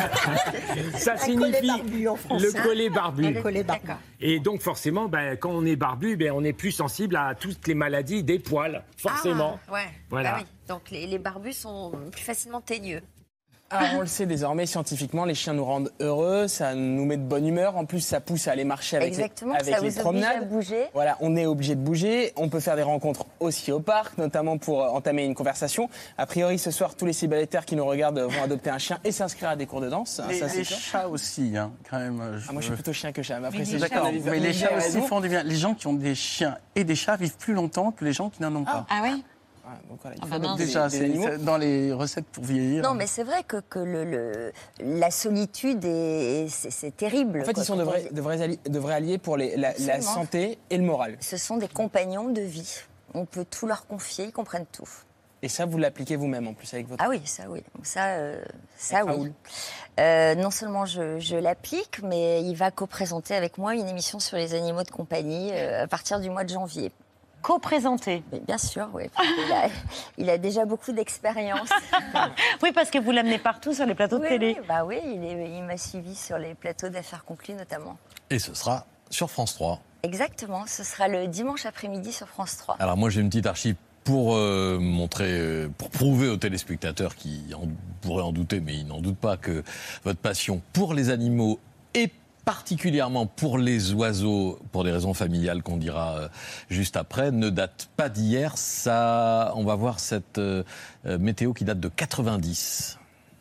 ça Un collet signifie barbu en français. le collet barbu. Un collet barbu. D'accord. Et donc forcément, ben, quand on est barbu, ben, on est plus sensible à toutes les maladies des poils, forcément. Ah, ouais. Voilà. Bah oui. Donc les, les barbus sont plus facilement teigneux. Ah, on le sait désormais scientifiquement, les chiens nous rendent heureux, ça nous met de bonne humeur. En plus, ça pousse à aller marcher avec Exactement, les, avec ça les vous oblige promenades. à bouger. Voilà, on est obligé de bouger. On peut faire des rencontres aussi au parc, notamment pour euh, entamer une conversation. A priori, ce soir, tous les célibataires qui nous regardent euh, vont adopter un chien et s'inscrire à des cours de danse. Les, ça, c'est les sûr. chats aussi, hein, quand même. euh, Ah, moi, je suis plutôt chien que chat. Mais après, Oui, c'est les chacun D'accord, a mais les chats aussi raisons. font du bien. Les gens qui ont des chiens et des chats vivent plus longtemps que les gens qui n'en ont pas. Ah oui. Ouais, donc voilà, il Ah faut bah mince. adopter Déjà, des- des c'est animaux. c'est dans les recettes pour vieillir. Non, mais c'est vrai que, que le, le- la solitude, est, c'est, c'est terrible. En fait, quoi, ils sont de quand on vrais, vit- de vrais alliés, de vrais alliés pour les- la, la Absolument. santé et le moral. Ce sont des compagnons de vie. On peut tout leur confier, ils comprennent tout. Et ça, vous l'appliquez vous-même en plus avec votre. Ah oui, ça oui. Ça, euh, ça Avec oui. Raoul. Euh, non seulement je, je l'applique, mais il va co-présenter avec moi une émission sur les animaux de compagnie euh, à partir du mois de janvier. Co-présenté. Mais bien sûr, oui. Il a, il a déjà beaucoup d'expérience. Oui, parce que vous l'amenez partout sur les plateaux de Oui, télé. oui, bah oui, il, est- il m'a suivi sur les plateaux d'affaires conclues notamment. Et ce sera sur France trois. Exactement, ce sera le dimanche après-midi sur France trois. Alors moi j'ai une petite archive pour euh, montrer, euh, pour prouver aux téléspectateurs qui en, pourraient en douter, mais ils n'en doutent pas, que votre passion pour les animaux et particulièrement pour les oiseaux, pour des raisons familiales qu'on dira euh, juste après, ne date pas d'hier. Ça, on va voir cette euh, euh, météo qui date de quatre-vingt-dix.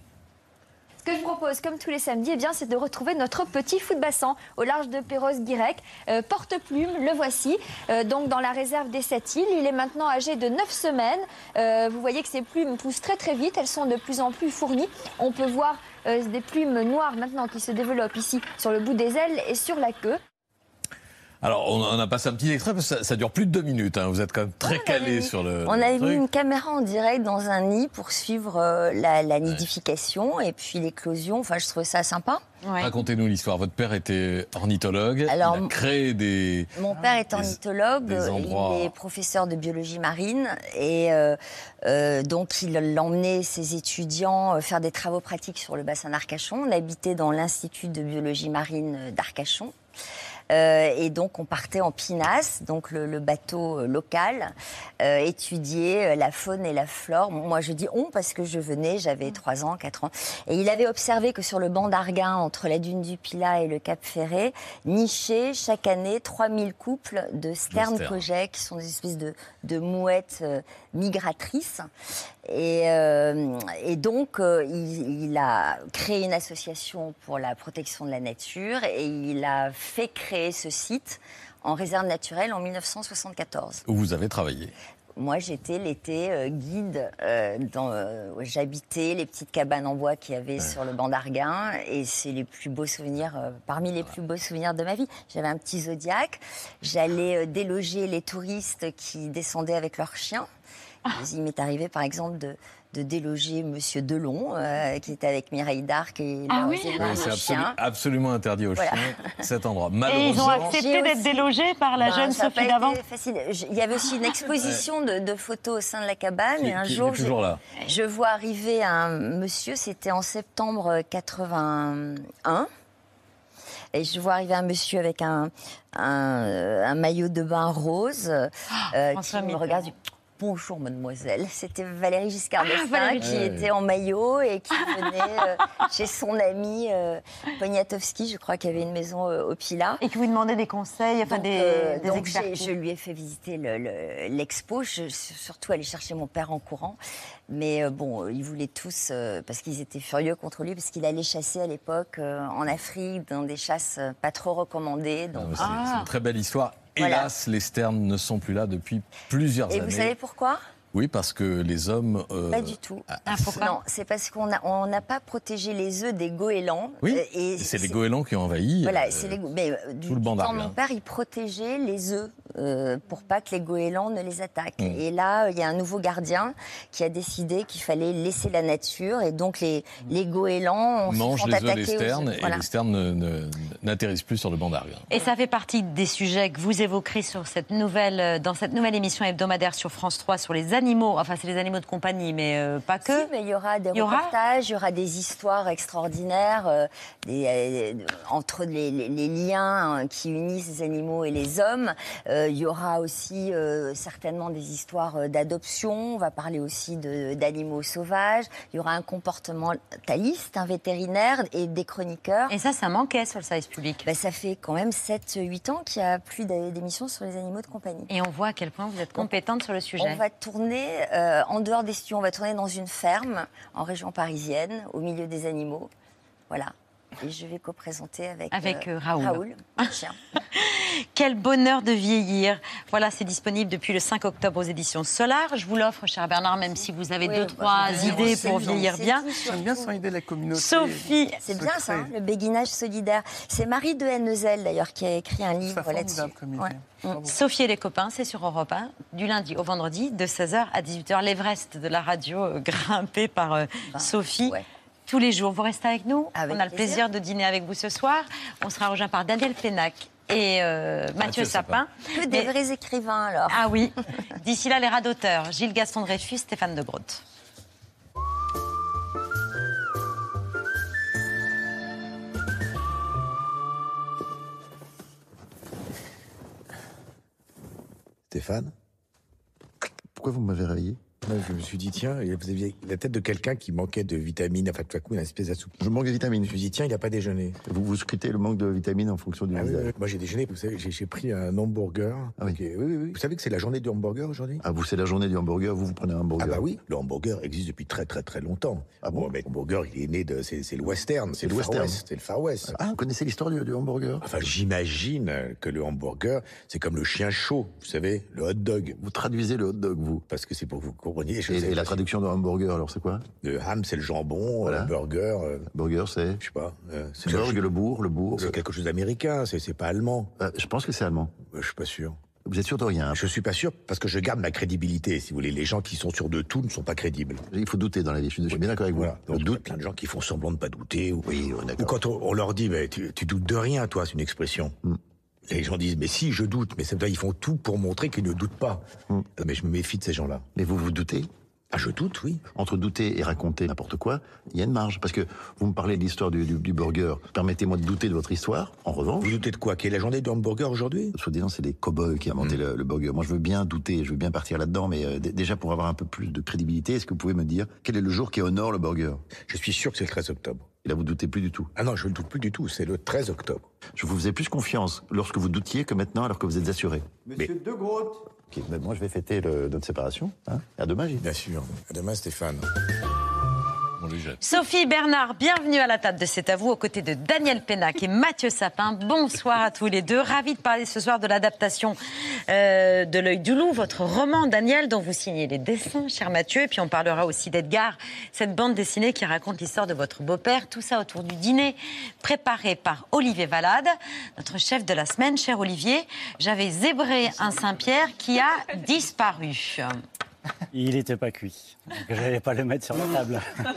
Ce que je propose, comme tous les samedis, eh bien, c'est de retrouver notre petit fou de bassin au large de Perros-Guirec. Euh, porte-plume, le voici, euh, donc dans la réserve des Sept Îles. Il est maintenant âgé de neuf semaines. Euh, vous voyez que ses plumes poussent très très vite, elles sont de plus en plus fournies. On peut voir euh, des plumes noires maintenant qui se développent ici sur le bout des ailes et sur la queue. Alors, on, on a passé un petit extrait, parce que ça, ça dure plus de deux minutes. Hein. Vous êtes quand même très on calé avait mis, sur le On le avait truc. mis une caméra en direct dans un nid pour suivre euh, la, la nidification et puis l'éclosion. Enfin, je trouvais ça sympa. Ouais. Racontez-nous l'histoire. Votre père était ornithologue. Alors, il a créé des... Mon père est ornithologue, des endroits- il est professeur de biologie marine et euh, euh, donc il emmenait ses étudiants euh, faire des travaux pratiques sur le bassin d'Arcachon. On habitait dans l'Institut de biologie marine d'Arcachon. Euh, et donc on partait en pinasse, donc le, le bateau euh, local, euh, étudier euh, la faune et la flore. Moi je dis on parce que je venais, j'avais trois ans, quatre ans. Et il avait observé que sur le banc d'Arguin, entre la dune du Pilat et le Cap Ferré, nichaient chaque année trois mille couples de sternes sternes. kojeks, qui sont des espèces de, de mouettes euh, migratrices. Et, euh, et donc, euh, il, il a créé une association pour la protection de la nature et il a fait créer ce site en réserve naturelle en mille neuf cent soixante-quatorze. Où vous avez travaillé. Moi, j'étais l'été euh, guide. Euh, dans, euh, J'habitais les petites cabanes en bois qu'il y avait ouais. sur le banc d'Arguin. Et c'est les plus beaux souvenirs, euh, parmi les plus beaux souvenirs de ma vie. J'avais un petit Zodiac. J'allais euh, déloger les touristes qui descendaient avec leurs chiens. Ah. Il m'est arrivé, par exemple, de, de déloger Monsieur Delon, euh, qui était avec Mireille d'Arc et ah leurs oui. énormes C'est chiens. absolu, absolument interdit aux Voilà. chiens, cet endroit. Et ils ont accepté d'être délogés par la ben, jeune ça a Sophie pas d'avant. été facile. Je- Il y avait aussi une exposition de, de photos au sein de la cabane. Qui- et un qui- jour, qui est toujours je, là. je vois arriver un monsieur, c'était en septembre quatre-vingt-un. Et je vois arriver un monsieur avec un, un, euh, un maillot de bain rose euh, qui me regarde. Bonjour mademoiselle, c'était Valérie Giscard d'Estaing Ah, Valérie. qui Ouais. était en maillot et qui venait euh, chez son ami euh, Poniatowski, je crois qu'il y avait une maison euh, au Pilat. Et qui vous demandait des conseils, enfin Donc, des, euh, des donc expertises. j'ai- je lui ai fait visiter le- le- l'expo, je suis surtout allée chercher mon père en courant. Mais euh, bon, ils voulaient tous, euh, parce qu'ils étaient furieux contre lui, parce qu'il allait chasser à l'époque euh, en Afrique, dans des chasses euh, pas trop recommandées. Donc... C'est c'est une très belle histoire. Voilà. Hélas, les sternes ne sont plus là depuis plusieurs Et années. vous savez pourquoi ? Oui, parce que les hommes... euh, Pas du tout. ah, Non, c'est parce qu'on n'a on n'a pas protégé les œufs des goélands. Oui, euh, et c'est les goélands qui ont envahi Voilà, euh, c'est les go- mais euh, du tout le banc temps de d'Arguin. mon père, il protégeait les œufs euh, pour pas que les goélands ne les attaquent. Mm. Et là, il y a un nouveau gardien qui a décidé qu'il fallait laisser la nature et donc les, les goélands se mangent font les œufs attaquer des aux sternes œufs. et Voilà. les sternes ne- ne- n'atterrissent plus sur le banc d'Arguin. Et ça fait partie des sujets que vous évoquerez sur cette nouvelle, euh, dans cette nouvelle émission hebdomadaire sur France trois sur les animaux, enfin c'est les animaux de compagnie, mais euh, pas que. Si, mais il y aura des Il y aura reportages, il y aura des histoires extraordinaires euh, des, euh, entre les, les- les liens hein, qui unissent les animaux et les hommes. Euh, il y aura aussi euh, certainement des histoires euh, d'adoption. On va parler aussi de- d'animaux sauvages. Il y aura un comportementaliste, un vétérinaire et des chroniqueurs. Et ça, ça manquait sur le service public. Ben, ça fait quand même sept huit ans qu'il n'y a plus d'a- d'émissions sur les animaux de compagnie. Et on voit à quel point vous êtes compétente sur le sujet. On va tourner, euh, en dehors des studios, on va tourner dans une ferme en région parisienne, au milieu des animaux. Voilà. Et je vais co-présenter avec, Avec, euh, euh, Raoul. Raoul, mon chien. Quel bonheur de vieillir. Voilà, c'est disponible depuis le cinq octobre aux éditions Solar. Je vous l'offre, cher Bernard, même si vous avez Oui, deux, bah, trois je veux dire, idées c'est pour tout, vieillir c'est bien. tout, J'aime bien son idée de la communauté. Sophie. C'est bien ça, hein, le béguinage solidaire. C'est Marie de Hennezel, d'ailleurs, qui a écrit un livre là-dessus. formidable comme idée. Mm. Sophie et les copains, c'est sur Europe un, du lundi au vendredi, de seize heures à dix-huit heures. L'Everest de la radio, euh, grimpé par euh, Sophie. Tous les jours. Vous restez avec nous. Avec On a le plaisir. plaisir de dîner avec vous ce soir. On sera rejoint par Daniel Pénac et euh, Mathieu, Mathieu Sapin. Que des vrais écrivains, alors. Ah oui. D'ici là, les rats d'auteur. Gilles Gaston Dreyfus, Stéphane de Groot. Stéphane, pourquoi vous m'avez réveillé? Moi, je me suis dit, tiens, vous aviez la tête de quelqu'un qui manquait de vitamines, enfin, tout à coup, une espèce de soupe. Je manque de vitamines. Je me suis dit, tiens, il n'a pas déjeuné. Vous vous scrutez le manque de vitamines en fonction du Ah oui, visage. oui. Moi, j'ai déjeuné, vous savez, j'ai j'ai pris un hamburger. Ah oui. qui est- oui, oui, oui. Vous savez que c'est la journée du hamburger aujourd'hui? Ah, vous, c'est la journée du hamburger, vous, vous prenez un hamburger. Ah bah oui, le hamburger existe depuis très très très longtemps. Ah bon, mais le hamburger, il est né de... C'est c'est le western, c'est le le Far western. West. C'est le Far West. Ah, vous connaissez l'histoire du, du hamburger? Enfin, j'imagine que le hamburger, c'est comme le chien chaud, vous savez, le hot dog. Vous traduisez le hot dog, vous. Parce que c'est pour que vous compreniez. Je Et, sais et la pas traduction de hamburger, alors c'est quoi? Le ham, c'est le jambon, Voilà. le burger. euh, Burger, c'est je sais pas. euh, c'est Burg, quelque- le bourg, le bourg. C'est quelque chose d'américain, c'est c'est pas allemand. Euh, je pense que c'est allemand. Euh, Je suis pas sûr. Vous êtes sûr de rien? Je suis pas sûr parce que je garde ma crédibilité, si vous voulez. Les gens qui sont sûrs de tout ne sont pas crédibles. Il faut douter dans la vie, je suis, je suis bien d'accord avec vous. Voilà. Donc, il y a plein de gens qui font semblant de pas douter. Ou, Oui, ou on est d'accord. quand on, on leur dit, mais tu, tu doutes de rien, toi, c'est une expression. Mm. Les gens disent, mais si, je doute. Mais ça veut dire qu'ils font tout pour montrer qu'ils ne doutent pas. Mm. Euh, Mais je me méfie de ces gens-là. Mais vous vous doutez? Ah, je doute, oui. Entre douter et raconter n'importe quoi, il y a une marge. Parce que vous me parlez de l'histoire du, du, du burger. Permettez-moi de douter de votre histoire. En revanche... Vous doutez de quoi? Quelle est la journée du hamburger aujourd'hui? Soi-disant, c'est des cow-boys qui ont inventé Mm. le, le burger. Moi, je veux bien douter, je veux bien partir là-dedans, mais euh, d- déjà, pour avoir un peu plus de crédibilité, est-ce que vous pouvez me dire quel est le jour qui honore le burger? Je suis sûr que c'est le treize octobre. Et là, vous doutez plus du tout. Ah non, je ne doute plus du tout. C'est le treize octobre. Je vous faisais plus confiance lorsque vous doutiez que maintenant, alors que vous êtes assuré. Mais- De Groot. Ok, ben moi, je vais fêter le, notre séparation. Hein. À demain, Gilles. Bien sûr. À demain, Stéphane. On les jette. Sophie Bernard, bienvenue à la table de C'est à vous, aux côtés de Daniel Pénac et Mathieu Sapin. Bonsoir à tous les deux. Ravi de parler ce soir de l'adaptation euh, de L'œil du loup, votre roman, Daniel, dont vous signez les dessins, cher Mathieu. Et puis on parlera aussi d'Edgar, cette bande dessinée qui raconte l'histoire de votre beau-père. Tout ça autour du dîner préparé par Olivier Valade, notre chef de la semaine. Cher Olivier, j'avais zébré un Saint-Pierre qui a disparu. Il n'était pas cuit. Donc je n'allais pas le mettre sur la table.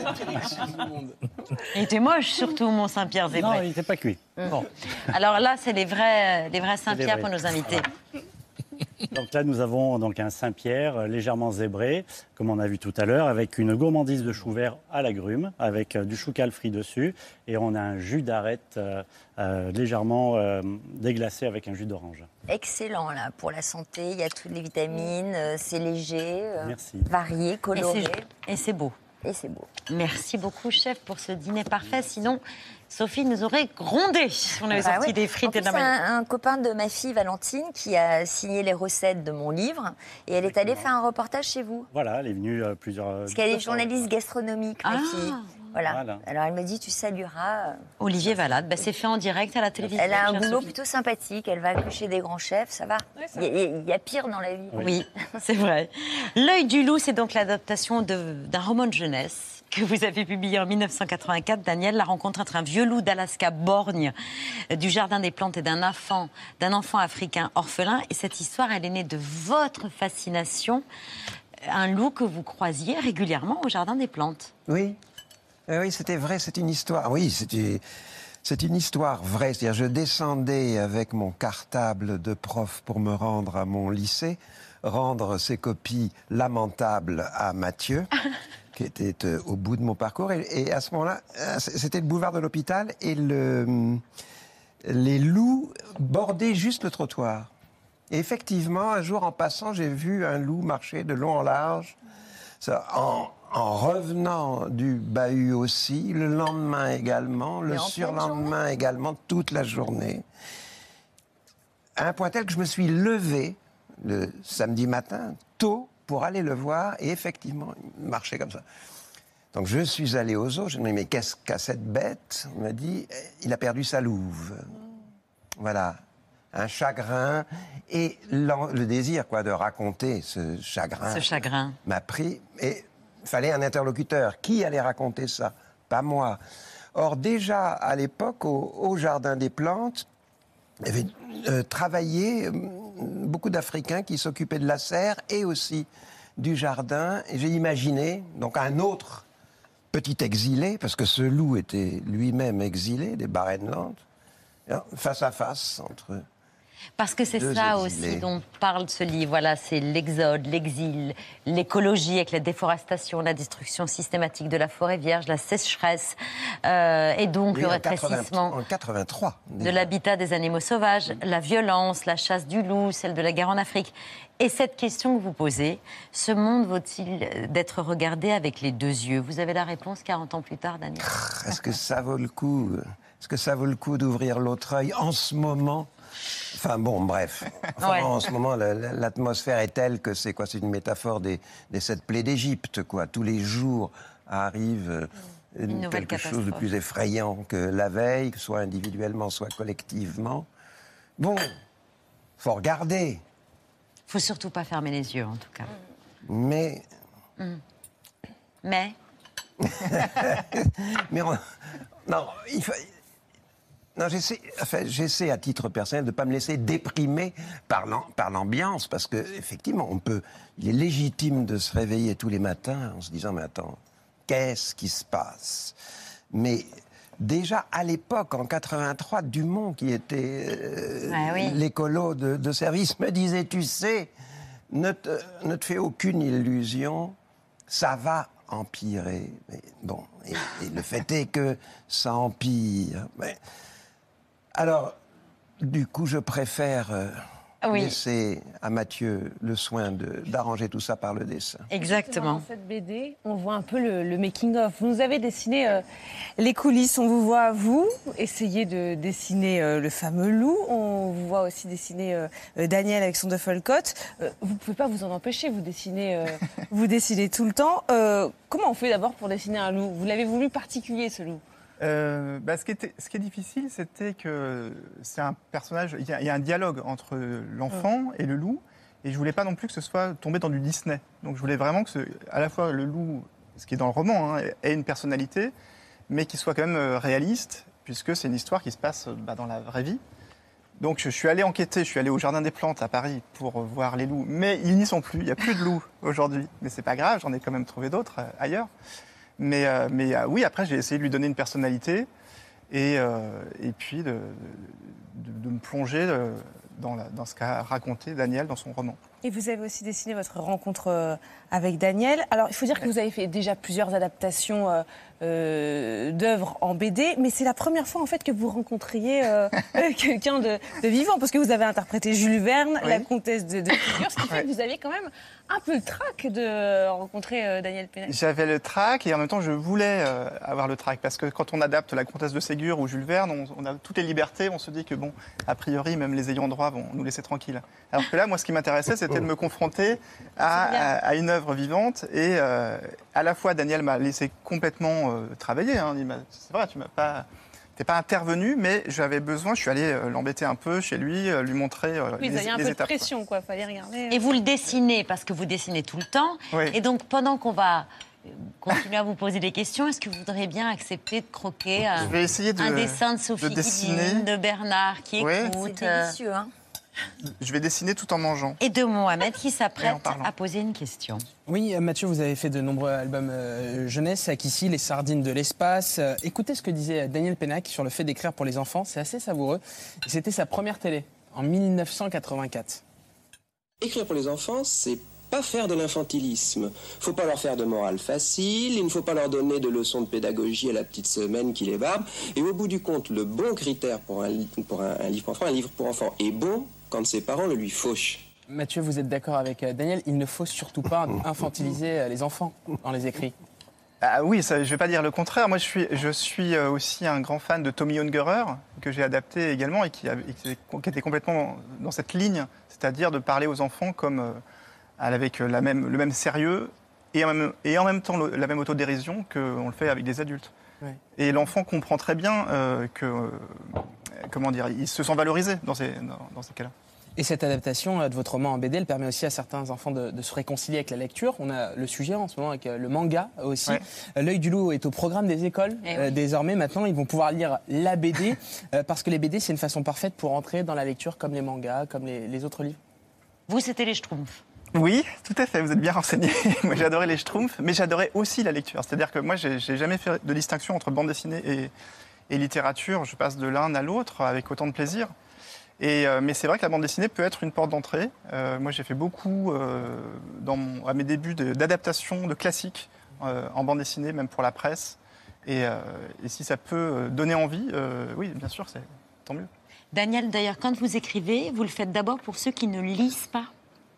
Il était moche, surtout, mon Saint-Pierre zébré. Non, il n'était pas cuit. Bon. Alors là, c'est les vrais, les vrais Saint-Pierre vrais. pour nos invités. Donc là, nous avons donc un Saint-Pierre euh, légèrement zébré, comme on a vu tout à l'heure, avec une gourmandise de chou vert à l'agrumes, avec euh, du choucal frit dessus, et on a un jus d'arête euh, euh, légèrement euh, déglacé avec un jus d'orange. Excellent, là, pour la santé. Il y a toutes les vitamines, euh, c'est léger, euh, Merci. varié, coloré. Et c'est- Et c'est beau. Et c'est beau. Merci beaucoup, chef, pour ce dîner parfait. Sinon, Sophie nous aurait grondé si on avait Bah sorti ouais. des frites En et de la plus, mayonnaise. un, un copain de ma fille, Valentine, qui a signé les recettes de mon livre. Et elle est allée faire un reportage chez vous. Voilà, elle est venue euh, plusieurs... Parce qu'elle est journaliste gastronomique, ma Ah. fille. Voilà. Voilà. Alors elle me dit, tu salueras. Olivier Valade, bah, c'est fait en direct à la télévision. Elle a un chère boulot Sophie. plutôt sympathique. Elle va accoucher des grands chefs, ça va. Il y, a- il y a pire dans la vie. Oui, c'est vrai. L'œil du loup, c'est donc l'adaptation de- d'un roman de jeunesse que vous avez publié en mille neuf cent quatre-vingt-quatre, Daniel, la rencontre entre un vieux loup d'Alaska borgne euh, du jardin des plantes et d'un enfant, d'un enfant africain orphelin. Et cette histoire, elle est née de votre fascination, un loup que vous croisiez régulièrement au jardin des plantes. Oui, Euh, oui, c'était vrai, c'est une histoire. Oui, c'était, c'est une histoire vraie. C'est-à-dire, je descendais avec mon cartable de prof pour me rendre à mon lycée, rendre ses copies lamentables à Mathieu, qui était euh, au bout de mon parcours. Et, et à ce moment-là, euh, c'était le boulevard de l'hôpital et le, les loups bordaient juste le trottoir. Et effectivement, un jour en passant, j'ai vu un loup marcher de long en large, ça, en, en revenant du bahut aussi, le lendemain également, le Et en pleine surlendemain également, toute la journée. À un point tel que je me suis levé le samedi matin, tôt, pour aller le voir, et effectivement, il marchait comme ça. Donc je suis allé aux eaux, je me dis, mais qu'est-ce qu'a cette bête? Il m'a dit, il a perdu sa louve. Voilà, un chagrin, et l'en- le désir quoi, de raconter ce chagrin. Ce chagrin. M'a pris, et il fallait un interlocuteur. Qui allait raconter ça? Pas moi. Or, déjà, à l'époque, au, au Jardin des Plantes, il y avait euh, travaillé euh, beaucoup d'Africains qui s'occupaient de la serre et aussi du jardin. Et j'ai imaginé, donc, un autre petit exilé, parce que ce loup était lui-même exilé, des Barenland, face à face entre... Parce que c'est Deux ça exilés. aussi dont parle ce livre. Voilà, c'est l'exode, l'exil, l'écologie avec la déforestation, la destruction systématique de la forêt vierge, la sécheresse, euh, et donc Oui, le en quatre-vingts rétrécissement en quatre-vingt-trois. de l'habitat des animaux sauvages, la violence, la chasse du loup, celle de la guerre en Afrique. Et cette question que vous posez, ce monde vaut-il d'être regardé avec les deux yeux? Vous avez la réponse quarante ans plus tard, Daniel. Est-ce que ça vaut le coup Est-ce que ça vaut le coup d'ouvrir l'autre œil en ce moment? Enfin bon, bref. Enfin, Ouais. En ce moment, la- la- l'atmosphère est telle que c'est quoi? C'est une métaphore des, des sept plaies d'Égypte, quoi. Tous les jours arrive euh, Une nouvelle quelque chose de catastrophe. plus effrayant que la veille, que soit individuellement, soit collectivement. Bon, faut regarder, Faut surtout pas fermer les yeux, en tout cas. mais Mmh. Mais Mais on- non, il faut... Non, j'essaie, enfin, j'essaie à titre personnel de ne pas me laisser déprimer par, l'am- par l'ambiance, parce que effectivement, on peut, il est légitime de se réveiller tous les matins en se disant mais attends, qu'est-ce qui se passe? Mais déjà à l'époque, en quatre-vingt-trois, Dumont, qui était euh, Ah oui. l'écolo de, de service, me disait tu sais, ne te, ne te fais aucune illusion, ça va empirer. Mais bon, et, et le fait est que ça empire. Mais, alors, du coup, je préfère euh, Oui. laisser à Mathieu le soin de- d'arranger tout ça par le dessin. exactement. Dans cette B D, on voit un peu le, le making-of. Vous nous avez dessiné euh, les coulisses. On vous voit, vous, essayer de dessiner euh, le fameux loup. On vous voit aussi dessiner euh, euh, Daniel avec son Duffelcoat. Euh, vous ne pouvez pas vous en empêcher, vous dessinez, euh, vous dessinez tout le temps. Euh, comment on fait d'abord pour dessiner un loup? Vous l'avez voulu particulier, ce loup? Euh, bah, ce, qui était, ce qui est difficile, c'était que c'est un personnage. Il y, a- il y a un dialogue entre l'enfant et le loup, et je voulais pas non plus que ce soit tombé dans du Disney. Donc je voulais vraiment que, ce, à la fois le loup, ce qui est dans le roman, hein, ait une personnalité, mais qu'il soit quand même euh, réaliste, puisque c'est une histoire qui se passe bah, dans la vraie vie. Donc je suis allé enquêter, je suis allé au Jardin des Plantes à Paris pour euh, voir les loups, mais ils n'y sont plus. Il y a plus de loups aujourd'hui, mais c'est pas grave, j'en ai quand même trouvé d'autres euh, ailleurs. Mais, euh, mais euh, oui, après, j'ai essayé de lui donner une personnalité et, euh, et puis de, de, de me plonger euh, dans, la- dans ce qu'a raconté Daniel dans son roman. Et vous avez aussi dessiné votre rencontre euh, avec Daniel. Alors, il faut dire que vous avez fait déjà plusieurs adaptations euh, euh, d'œuvres en B D, mais c'est la première fois en fait que vous rencontriez euh, euh, quelqu'un de, de vivant, parce que vous avez interprété Jules Verne, Oui. la comtesse de, de Ségur, ce qui fait Ouais. que vous aviez quand même un peu le trac de rencontrer euh, Daniel Pénac. J'avais le trac et en même temps, je voulais euh, avoir le trac parce que quand on adapte La Comtesse de Ségur ou Jules Verne, on, on a toutes les libertés. On se dit que, bon, a priori, même les ayants droit vont nous laisser tranquilles. Alors que là, moi, ce qui m'intéressait, c'était de me confronter à, à- à une œuvre vivante et euh, à la fois, Daniel m'a laissé complètement euh, travailler. hein. Il m'a- C'est vrai, tu m'as pas. T'es pas intervenu, mais j'avais besoin, je suis allé euh, l'embêter un peu chez lui, euh, lui montrer euh, Oui, les, vous aviez un les peu de étapes. pression, quoi. Fallait regarder. Et vous le dessinez parce que vous dessinez tout le temps. Oui. Et donc, pendant qu'on va euh, continuer à vous poser des questions, est-ce que vous voudriez bien accepter de croquer euh, Je vais essayer de- un dessin de Sophie de dessiner. Guilin, de Bernard qui Oui. écoute C'est délicieux, hein. Je vais dessiner tout en mangeant. et de Mohamed qui Et en s'apprête parlant. à poser une question. Oui, euh, Mathieu, vous avez fait de nombreux albums euh, jeunesse, Akissi, Les Sardines de l'espace. Euh, écoutez ce que disait Daniel Pénac sur le fait d'écrire pour les enfants, c'est assez savoureux. Et c'était sa première télé, en mille neuf cent quatre-vingt-quatre. Écrire pour les enfants, c'est pas faire de l'infantilisme. Faut pas leur faire de morale facile, il ne faut pas leur donner de leçons de pédagogie à la petite semaine qui les barbe. Et au bout du compte, le bon critère pour un, li- pour un, un livre pour enfants, un livre pour enfants est bon quand ses parents le lui fauchent. Mathieu, vous êtes d'accord avec euh, Daniel, il ne faut surtout pas infantiliser euh, les enfants dans les écrits. Ah oui, ça, je ne vais pas dire le contraire. Moi, je suis, je suis euh, aussi un grand fan de Tommy Ungerer, que j'ai adapté également et qui, a- et qui est- qui était complètement dans cette ligne, c'est-à-dire de parler aux enfants comme, euh, avec la même, le même sérieux et en même, et en même temps le- la même autodérision qu'on le fait avec des adultes. Ouais. Et l'enfant comprend très bien euh, que, euh, comment dire, il se sent valorisé dans ces, dans, dans ces cas-là. Et cette adaptation euh, de votre roman en B D, elle permet aussi à certains enfants de, de se réconcilier avec la lecture. On a le sujet en ce moment avec euh, le manga aussi. Ouais. Euh, L'œil du loup est au programme des écoles. Eh Euh, oui. désormais, maintenant, ils vont pouvoir lire la B D euh, parce que les B D, c'est une façon parfaite pour entrer dans la lecture comme les mangas, comme les, les autres livres. Vous, c'était les Schtroumpfs. Oui, tout à fait, vous êtes bien renseigné. Moi, j'adorais les Schtroumpfs, mais j'adorais aussi la lecture. C'est-à-dire que moi, j'ai j'ai jamais fait de distinction entre bande dessinée et, et littérature. Je passe de l'un à l'autre avec autant de plaisir. Et, euh, mais c'est vrai que la bande dessinée peut être une porte d'entrée. Euh, moi, j'ai fait beaucoup euh, dans mon- à mes débuts de- d'adaptation de, classiques euh, en bande dessinée, même pour la presse. Et, euh, et si ça peut donner envie, euh, oui, bien sûr, c'est tant mieux. Daniel, d'ailleurs, quand vous écrivez, vous le faites d'abord pour ceux qui ne lisent pas.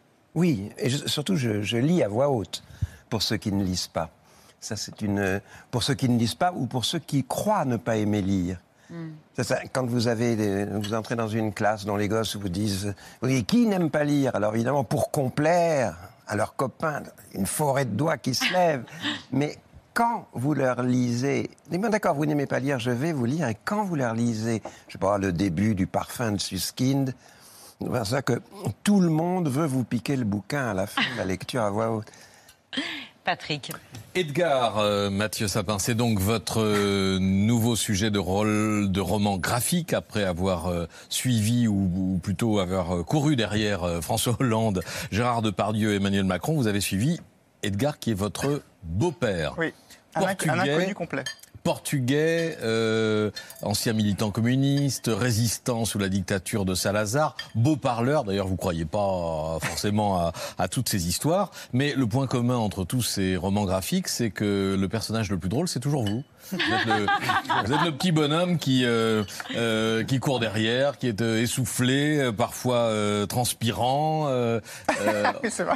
Oui, et je- surtout, je, je lis à voix haute pour ceux qui ne lisent pas. Ça, c'est une. Pour ceux qui ne lisent pas ou pour ceux qui croient ne pas aimer lire. C'est ça, quand vous avez, des- vous entrez dans une classe dont les gosses vous disent oui, qui n'aime pas lire? Alors évidemment, pour complaire à leurs copains, une forêt de doigts qui se lève. Mais quand vous leur lisez, dites moi d'accord, vous n'aimez pas lire, je vais vous lire. Et quand vous leur lisez, je sais pas, le début du Parfum de Suskind, c'est ça que tout le monde veut vous piquer le bouquin à la fin de la lecture à voix haute. Patrick. Edgar, euh, Mathieu Sapin, c'est donc votre euh, nouveau sujet de rôle de roman graphique après avoir euh, suivi ou, ou plutôt avoir euh, couru derrière euh, François Hollande, Gérard Depardieu, Emmanuel Macron. Vous avez suivi Edgar qui est votre beau-père. Oui, un, inc- un inconnu complet. Portugais, euh, ancien militant communiste, résistant sous la dictature de Salazar, beau parleur, d'ailleurs vous ne croyez pas forcément à, à toutes ces histoires, mais le point commun entre tous ces romans graphiques, c'est que le personnage le plus drôle, c'est toujours vous. Vous êtes le, vous êtes le petit bonhomme qui, euh, euh, qui court derrière, qui est euh, essoufflé, euh, parfois euh, transpirant. Euh, euh, oui, c'est vrai.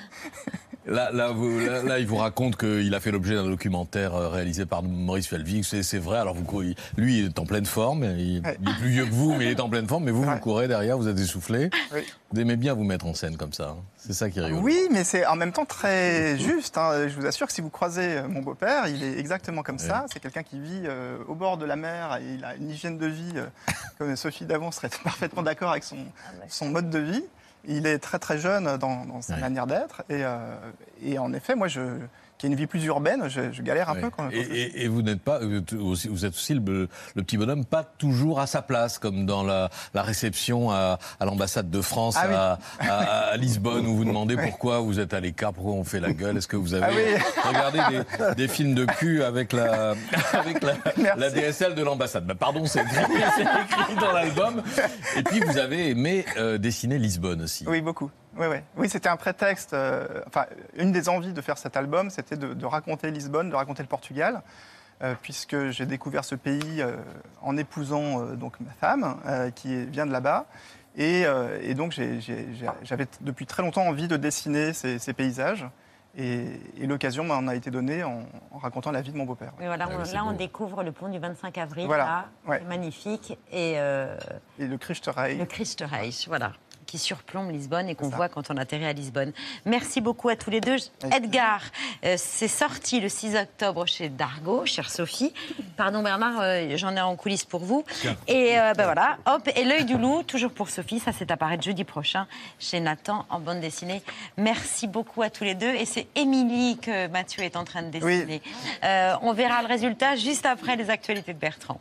Là, là, vous, là, là, il vous raconte qu'il a fait l'objet d'un documentaire réalisé par Maurice Felvig. C'est, c'est vrai. Alors, vous, lui, il est en pleine forme. Il, ouais. il est plus vieux que vous, mais il est en pleine forme. Mais vous, ouais. vous courez derrière, vous êtes essoufflé. Oui. Vous aimez bien vous mettre en scène comme ça. Hein. C'est ça qui est rigolo. Oui, mais c'est en même temps très juste. Hein. Je vous assure que si vous croisez mon beau-père, il est exactement comme ouais. ça. C'est quelqu'un qui vit euh, au bord de la mer. Et il a une hygiène de vie, euh, comme Sophie Davant serait parfaitement d'accord avec son, son mode de vie. Il est très très jeune dans, dans sa ouais. manière d'être et, euh, et en effet, moi, je, qui ai une vie plus urbaine, je, je galère un ouais. peu quand même. Et, et, et vous n'êtes pas, vous êtes aussi le, le petit bonhomme, pas toujours à sa place, comme dans la, la réception à, à l'ambassade de France ah, à, oui. à, à Lisbonne, où vous demandez ouais. pourquoi vous êtes à l'écart, pourquoi on fait la gueule. Est-ce que vous avez ah, oui. regardé des, des films de cul avec la, avec la, la D S L de l'ambassade? Bah, pardon, c'est écrit, c'est écrit dans l'album. Et puis vous avez aimé euh, dessiner Lisbonne aussi. Oui, beaucoup. Oui, oui. oui, c'était un prétexte. Euh, enfin, une des envies de faire cet album, c'était de, de raconter Lisbonne, de raconter le Portugal, euh, puisque j'ai découvert ce pays euh, en épousant euh, donc ma femme, euh, qui est, vient de là-bas, et, euh, et donc j'ai, j'ai, j'avais depuis très longtemps envie de dessiner ces, ces paysages. Et, et l'occasion m'en a été donnée en, en racontant la vie de mon beau-père. Et voilà, on, là, on découvre le pont du vingt-cinq avril, voilà. là, ouais. c'est magnifique. Et, euh, et le Christreich. Le Christreich, voilà, qui surplombe Lisbonne et qu'on voit quand on atterrit à Lisbonne. Merci beaucoup à tous les deux. Edgar, euh, c'est sorti le six octobre chez Dargaud, chère Sophie. Pardon Bernard, euh, j'en ai en coulisses pour vous. Et euh, ben voilà, hop, et L'œil du loup, toujours pour Sophie, ça c'est apparaître jeudi prochain chez Nathan en bande dessinée. Merci beaucoup à tous les deux. Et c'est Émilie que Mathieu est en train de dessiner. Oui. Euh, on verra le résultat juste après les actualités de Bertrand.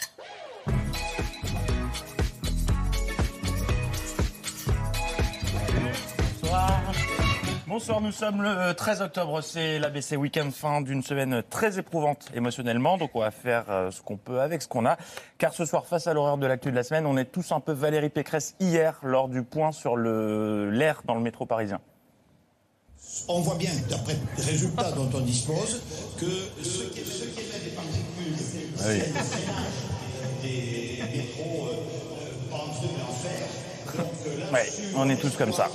Bonsoir. Bonsoir, nous sommes le treize octobre, c'est l'A B C Week-end, fin d'une semaine très éprouvante émotionnellement, donc on va faire ce qu'on peut avec ce qu'on a, car ce soir, face à l'horreur de l'actu de la semaine, on est tous un peu Valérie Pécresse hier lors du point sur le, l'air dans le métro parisien. On voit bien, d'après les résultats dont on dispose, que ce qui émet des particules, oui. des métros euh, en feu et en fer. Oui, on est tous comme ça.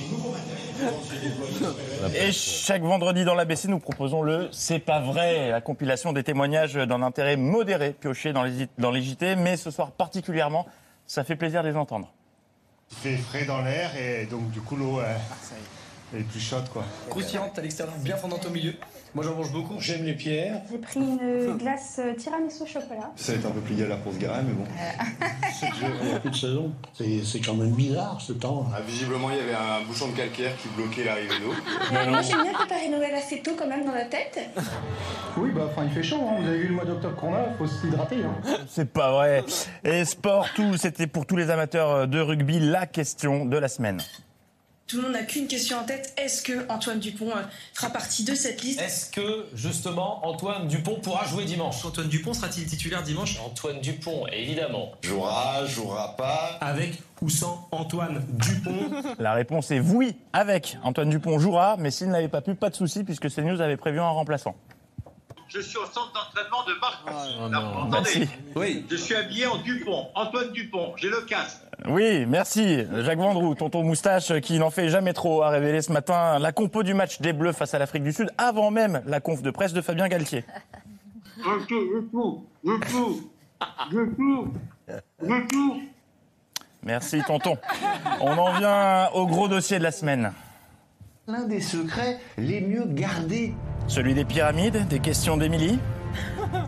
Et chaque vendredi dans l'A B C, nous proposons le C'est pas vrai, la compilation des témoignages d'un intérêt modéré pioché dans les, dans les J T, mais ce soir particulièrement, ça fait plaisir de les entendre. Il fait frais dans l'air et donc du coup l'eau euh, elle est plus chaude quoi. Croustillante à l'extérieur, bien fondante au milieu. Moi j'en mange beaucoup. J'aime les pierres. J'ai pris une glace tiramisu au chocolat. Ça va être un peu plus galère pour se garer, mais bon. Euh... C'est que il n'y a plus de saison. C'est, c'est quand même bizarre ce temps. Ah, visiblement il y avait un bouchon de calcaire qui bloquait l'arrivée d'eau. Euh, moi j'aime bien préparer Noël assez tôt quand même dans la tête. Oui bah enfin il fait chaud, hein. Vous avez vu le mois d'octobre qu'on a, il faut s'hydrater. Hein. C'est pas vrai. Et sport, tout, c'était pour tous les amateurs de rugby la question de la semaine. Tout le monde n'a qu'une question en tête. Est-ce que Antoine Dupont fera partie de cette liste? Est-ce que, justement, Antoine Dupont pourra jouer dimanche? Antoine Dupont sera-t-il titulaire dimanche? Antoine Dupont, évidemment. Jouera, jouera pas. Avec ou sans Antoine Dupont? La réponse est oui, avec. Antoine Dupont jouera, mais s'il n'avait pas pu, pas de souci, puisque CNews avait prévu un remplaçant. Je suis au centre d'entraînement de Marc. Oh, non, attendez, merci. Oui. Je suis habillé en Dupont, Antoine Dupont, j'ai le casque. Oui, merci. Jacques Vendroux, tonton moustache, qui n'en fait jamais trop, a révélé ce matin la compo du match des Bleus face à l'Afrique du Sud, avant même la conf de presse de Fabien Galtier. Ok, je fous, je fous, je fous, je fous. Merci, tonton. On en vient au gros dossier de la semaine. L'un des secrets les mieux gardés. Celui des pyramides, des questions d'Émilie.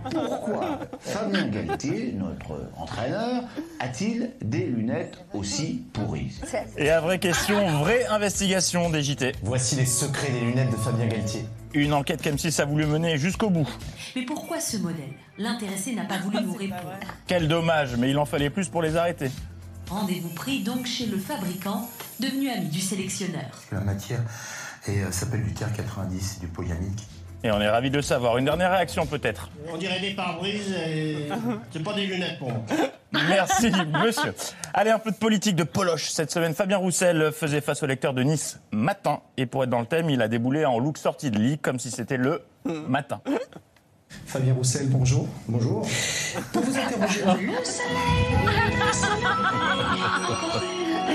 pourquoi Fabien Galtier, notre entraîneur, a-t-il des lunettes aussi pourries? Et à vraie question, vraie investigation des J T. Voici les secrets des lunettes de Fabien Galtier. Une enquête qu'M six a voulu mener jusqu'au bout. Mais pourquoi ce modèle? L'intéressé n'a pas voulu nous répondre. Quel dommage, mais il en fallait plus pour les arrêter. Rendez-vous pris donc chez le fabricant, devenu ami du sélectionneur. La matière et, euh, s'appelle du T R quatre-vingt-dix, du polyamique. Et on est ravis de le savoir. Une dernière réaction peut-être. On dirait des pare-brises et c'est pas des lunettes pour moi. Merci, monsieur. Allez, un peu de politique de poloche. Cette semaine, Fabien Roussel faisait face au lecteur de Nice matin. Et pour être dans le thème, il a déboulé en look sortie de lit, comme si c'était le matin. Fabien Roussel, bonjour. Bonjour. Pour vous interroger... Le soleil, le soleil,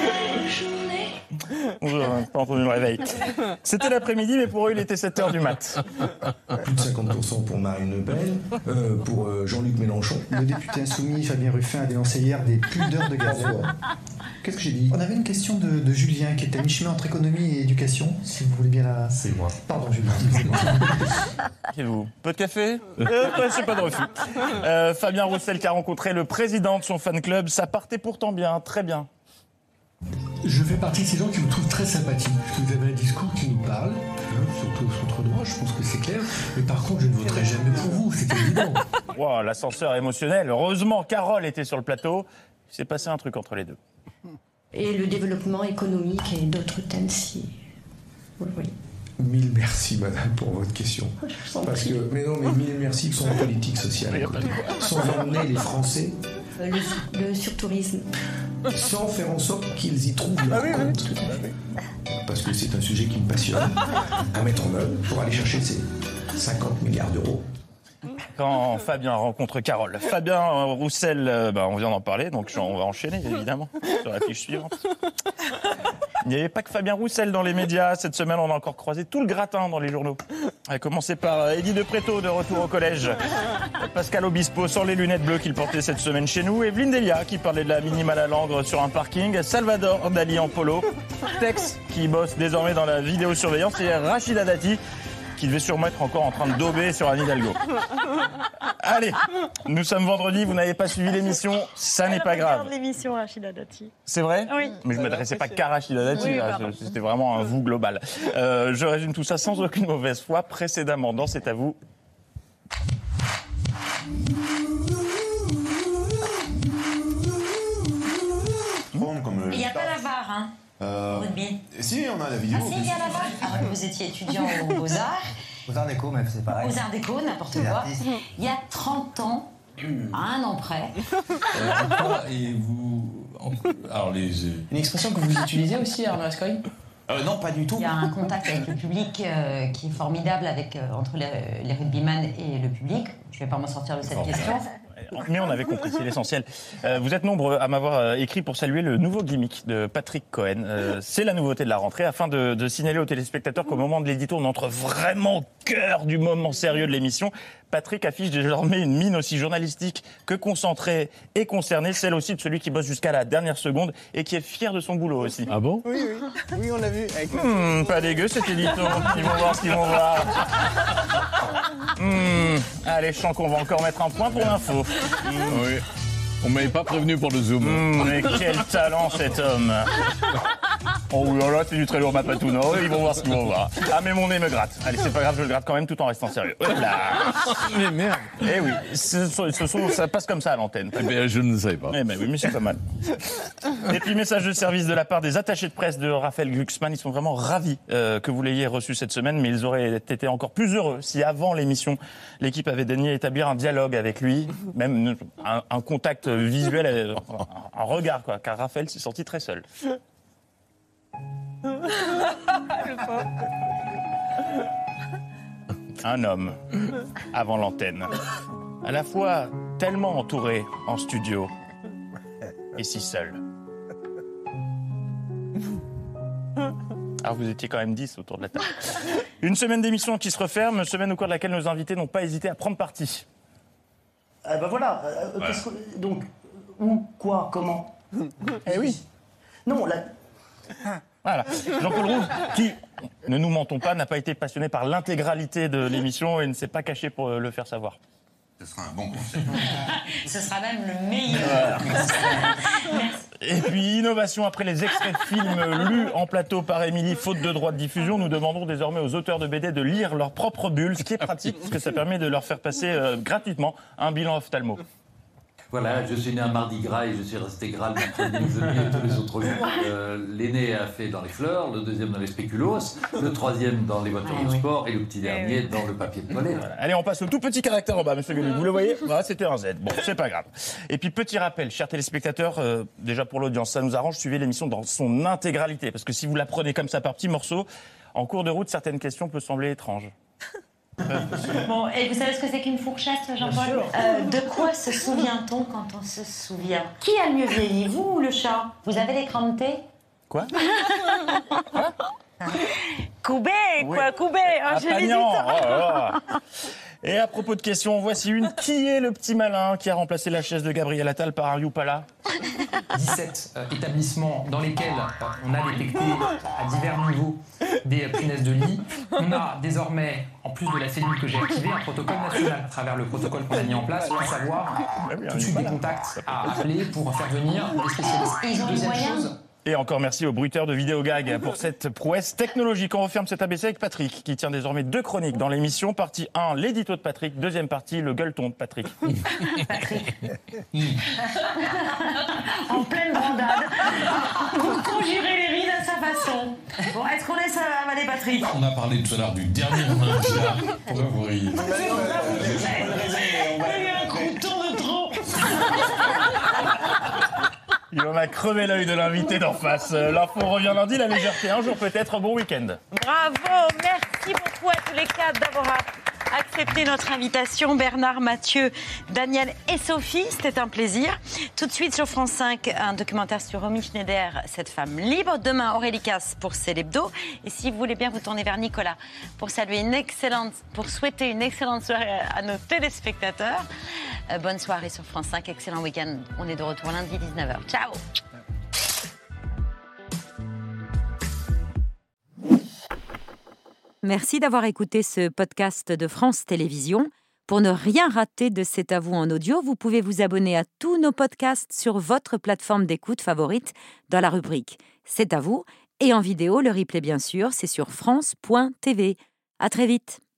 Bonjour, pas entendu le réveil. C'était l'après-midi, mais pour eux, il était sept heures du mat. Plus de cinquante pour cent pour Marine Le Pen, euh, pour euh, Jean-Luc Mélenchon. Le député insoumis Fabien Ruffin a dénoncé hier des pudeurs de gazole. Qu'est-ce que j'ai dit? On avait une question de, de Julien qui était à mi-chemin entre économie et éducation, si vous voulez bien la... C'est moi. Pardon Julien, excusez-moi. Et vous, peu de café euh, C'est pas de refus. Euh, Fabien Roussel qui a rencontré le président de son fan club, ça partait pourtant bien, très bien. Je fais partie de ces gens qui vous trouvent très sympathiques. Vous avez un discours qui nous parle, hein, surtout au centre droit, je pense que c'est clair. Mais par contre, je ne voterai jamais pour vous, c'est évident. Wow, l'ascenseur émotionnel. Heureusement, Carole était sur le plateau. Il s'est passé un truc entre les deux. Et le développement économique et d'autres thèmes si vous le voyez. Mille merci, madame, pour votre question. Parce que, mais non, mais mille merci pour la politique sociale. Sans emmener les Français. Le, le surtourisme. Sans faire en sorte qu'ils y trouvent leur compte. Parce que c'est un sujet qui me passionne à mettre en œuvre pour aller chercher ces cinquante milliards d'euros. Quand Fabien rencontre Carole. Fabien Roussel, euh, bah, on vient d'en parler, donc on va enchaîner évidemment sur la fiche suivante. Il n'y avait pas que Fabien Roussel dans les médias. Cette semaine, on a encore croisé tout le gratin dans les journaux. A commencer par Eddie de Pretto, de retour au collège. Pascal Obispo, sans les lunettes bleues qu'il portait cette semaine chez nous. Evelyne Delia, qui parlait de la minimale à Langres sur un parking. Salvador Dali en polo. Tex, qui bosse désormais dans la vidéosurveillance. Et Rachida Dati, qui devait sûrement être encore en train de dauber sur Anne Hidalgo. Allez, nous sommes vendredi, vous n'avez pas suivi l'émission, ça n'est pas grave. Je regarde l'émission Rachida Dati. C'est vrai? Oui. Mais je ne m'adressais pas qu'à Rachida Dati, Oui, là, pardon. c'était vraiment un vous global. Euh, je résume tout ça sans aucune mauvaise foi. Précédemment, dans C'est à vous. Il n'y a pas la V A R, hein, Euh, au rugby. Si, on a la vidéo. Ah si, il y a la V A R. Ah, vous étiez étudiant aux Beaux-Arts. Aux Arts Déco, mais c'est pareil. Aux Arts Déco, n'importe C'est quoi. l'artiste. Il y a trente ans, à un an près. Et vous. Alors, les. Une expression que vous utilisez aussi, Arnaud Ascoy? Euh, non, pas du tout. Il y a un contact avec le public euh, qui est formidable avec, euh, entre les, les rugbyman et le public. Je ne vais pas m'en sortir de cette question. Mais on avait compris, c'est l'essentiel. Euh, vous êtes nombreux à m'avoir euh, écrit pour saluer le nouveau gimmick de Patrick Cohen. Euh, c'est la nouveauté de la rentrée, afin de, de signaler aux téléspectateurs qu'au moment de l'édito, on entre vraiment au cœur du moment sérieux de l'émission. Patrick affiche désormais une mine aussi journalistique que concentrée et concernée, celle aussi de celui qui bosse jusqu'à la dernière seconde et qui est fier de son boulot aussi. Ah bon? Oui, oui. Oui, on l'a vu. Avec le- Hmm, pas dégueu cet édito. Ils vont voir ce qu'ils vont voir. Hmm, allez, je sens qu'on va encore mettre un point pour l'info. Oui. On m'avait pas prévenu pour le zoom. Hmm, mais quel talent cet homme. Oh là là, c'est du très lourd Mapatouno. Ils vont voir ce qu'ils vont voir. Ah, mais mon nez me gratte. Allez, c'est pas grave, je le gratte quand même tout en restant sérieux. Voilà. Mais merde. Eh oui, ce sont, ce sont- ça passe comme ça à l'antenne. Eh bien, je ne savais pas. Eh ben oui, mais c'est pas mal. Et puis, message de service de la part des attachés de presse de Raphaël Glucksmann. Ils sont vraiment ravis euh, que vous l'ayez reçu cette semaine, mais ils auraient été encore plus heureux si, avant l'émission, l'équipe avait daigné établir un dialogue avec lui, même un, un contact visuel, euh, un regard, quoi, car Raphaël s'est senti très seul. Un homme, avant l'antenne, à la fois tellement entouré en studio et si seul. Alors vous étiez quand même dix autour de la table. Une semaine d'émission qui se referme, semaine au cours de laquelle nos invités n'ont pas hésité à prendre parti. Ah ben voilà, euh, Ouais. qu'est-ce que- donc, où, quoi, comment? Eh oui. Non, la... Voilà. Jean-Paul Rouve, qui, ne nous mentons pas, n'a pas été passionné par l'intégralité de l'émission et ne s'est pas caché pour le faire savoir. Ce sera un bon conseil. Ce sera même le meilleur. Et puis, innovation après les extraits de films lus en plateau par Émilie, faute de droit de diffusion, nous demandons désormais aux auteurs de B D de lire leur propre bulle, ce qui est pratique, parce que ça permet de leur faire passer euh, gratuitement un bilan ophtalmo. Voilà, je suis né un mardi gras et je suis resté gras le mercredi, le jeudi et tous les autres jours. Euh, L'aîné a fait dans les fleurs, le deuxième dans les spéculoos, le troisième dans les voitures de sport et le petit dernier dans le papier de toilette. Voilà. Allez, on passe au tout petit caractère en bas, monsieur Gueluc. Vous le voyez? Voilà, c'était un Z. Bon, c'est pas grave. Et puis, petit rappel, chers téléspectateurs, euh, déjà pour l'audience, ça nous arrange, suivez l'émission dans son intégralité. Parce que si vous la prenez comme ça par petits morceaux, en cours de route, certaines questions peuvent sembler étranges. Bon, et vous savez ce que c'est qu'une fourchette, Jean-Paul? euh, De quoi se souvient-on quand on se souvient? Qui a le mieux vieilli, vous ou le chat? Vous avez l'écran de thé? Quoi? Koubé, Oui. quoi, Koubé, hein, Ah, j'ai Pagnan, l'hésite. oh là là. Et à propos de questions, voici une. Qui est le petit malin qui a remplacé la chaise de Gabriel Attal par un Youpala? dix-sept euh, établissements dans lesquels euh, on a détecté à divers niveaux des euh, punaises de lit. On a désormais, en plus de la cellule que j'ai activée, un protocole national à travers le protocole qu'on a mis en place, à savoir tout de suite des contacts à appeler pour faire venir des spécialistes. Ils ont les Deuxième moyens chose, Et encore merci aux bruiteurs de vidéogag pour cette prouesse technologique. On referme cet A B C avec Patrick, qui tient désormais deux chroniques dans l'émission. Partie un, l'édito de Patrick. Deuxième partie, le gueuleton de Patrick. En pleine bandade, pour conjurer les rides à sa façon. Bon, est-ce qu'on laisse avaler Patrick? On a parlé tout à l'heure du dernier ninja. Pourquoi vous riez? Il y a eu un crouton de trop. Il en a crevé l'œil de l'invité d'en face. Euh, L'info revient lundi, la légèreté un jour peut-être. Bon week-end. Bravo, merci beaucoup à tous les quatre d'avoir accepté notre invitation. Bernard, Mathieu, Daniel et Sophie, c'était un plaisir. Tout de suite sur France cinq, un documentaire sur Romy Schneider, cette femme libre. Demain, Aurélie Casse pour C'est l'hebdo. Et si vous voulez bien vous tourner vers Nicolas pour saluer une excellente, pour souhaiter une excellente soirée à nos téléspectateurs. Euh, bonne soirée sur France cinq, excellent week-end. On est de retour lundi dix-neuf heures. Ciao. Merci d'avoir écouté ce podcast de France Télévisions. Pour ne rien rater de C'est à vous en audio, vous pouvez vous abonner à tous nos podcasts sur votre plateforme d'écoute favorite dans la rubrique C'est à vous. Et en vidéo, le replay bien sûr, c'est sur France point T V. À très vite.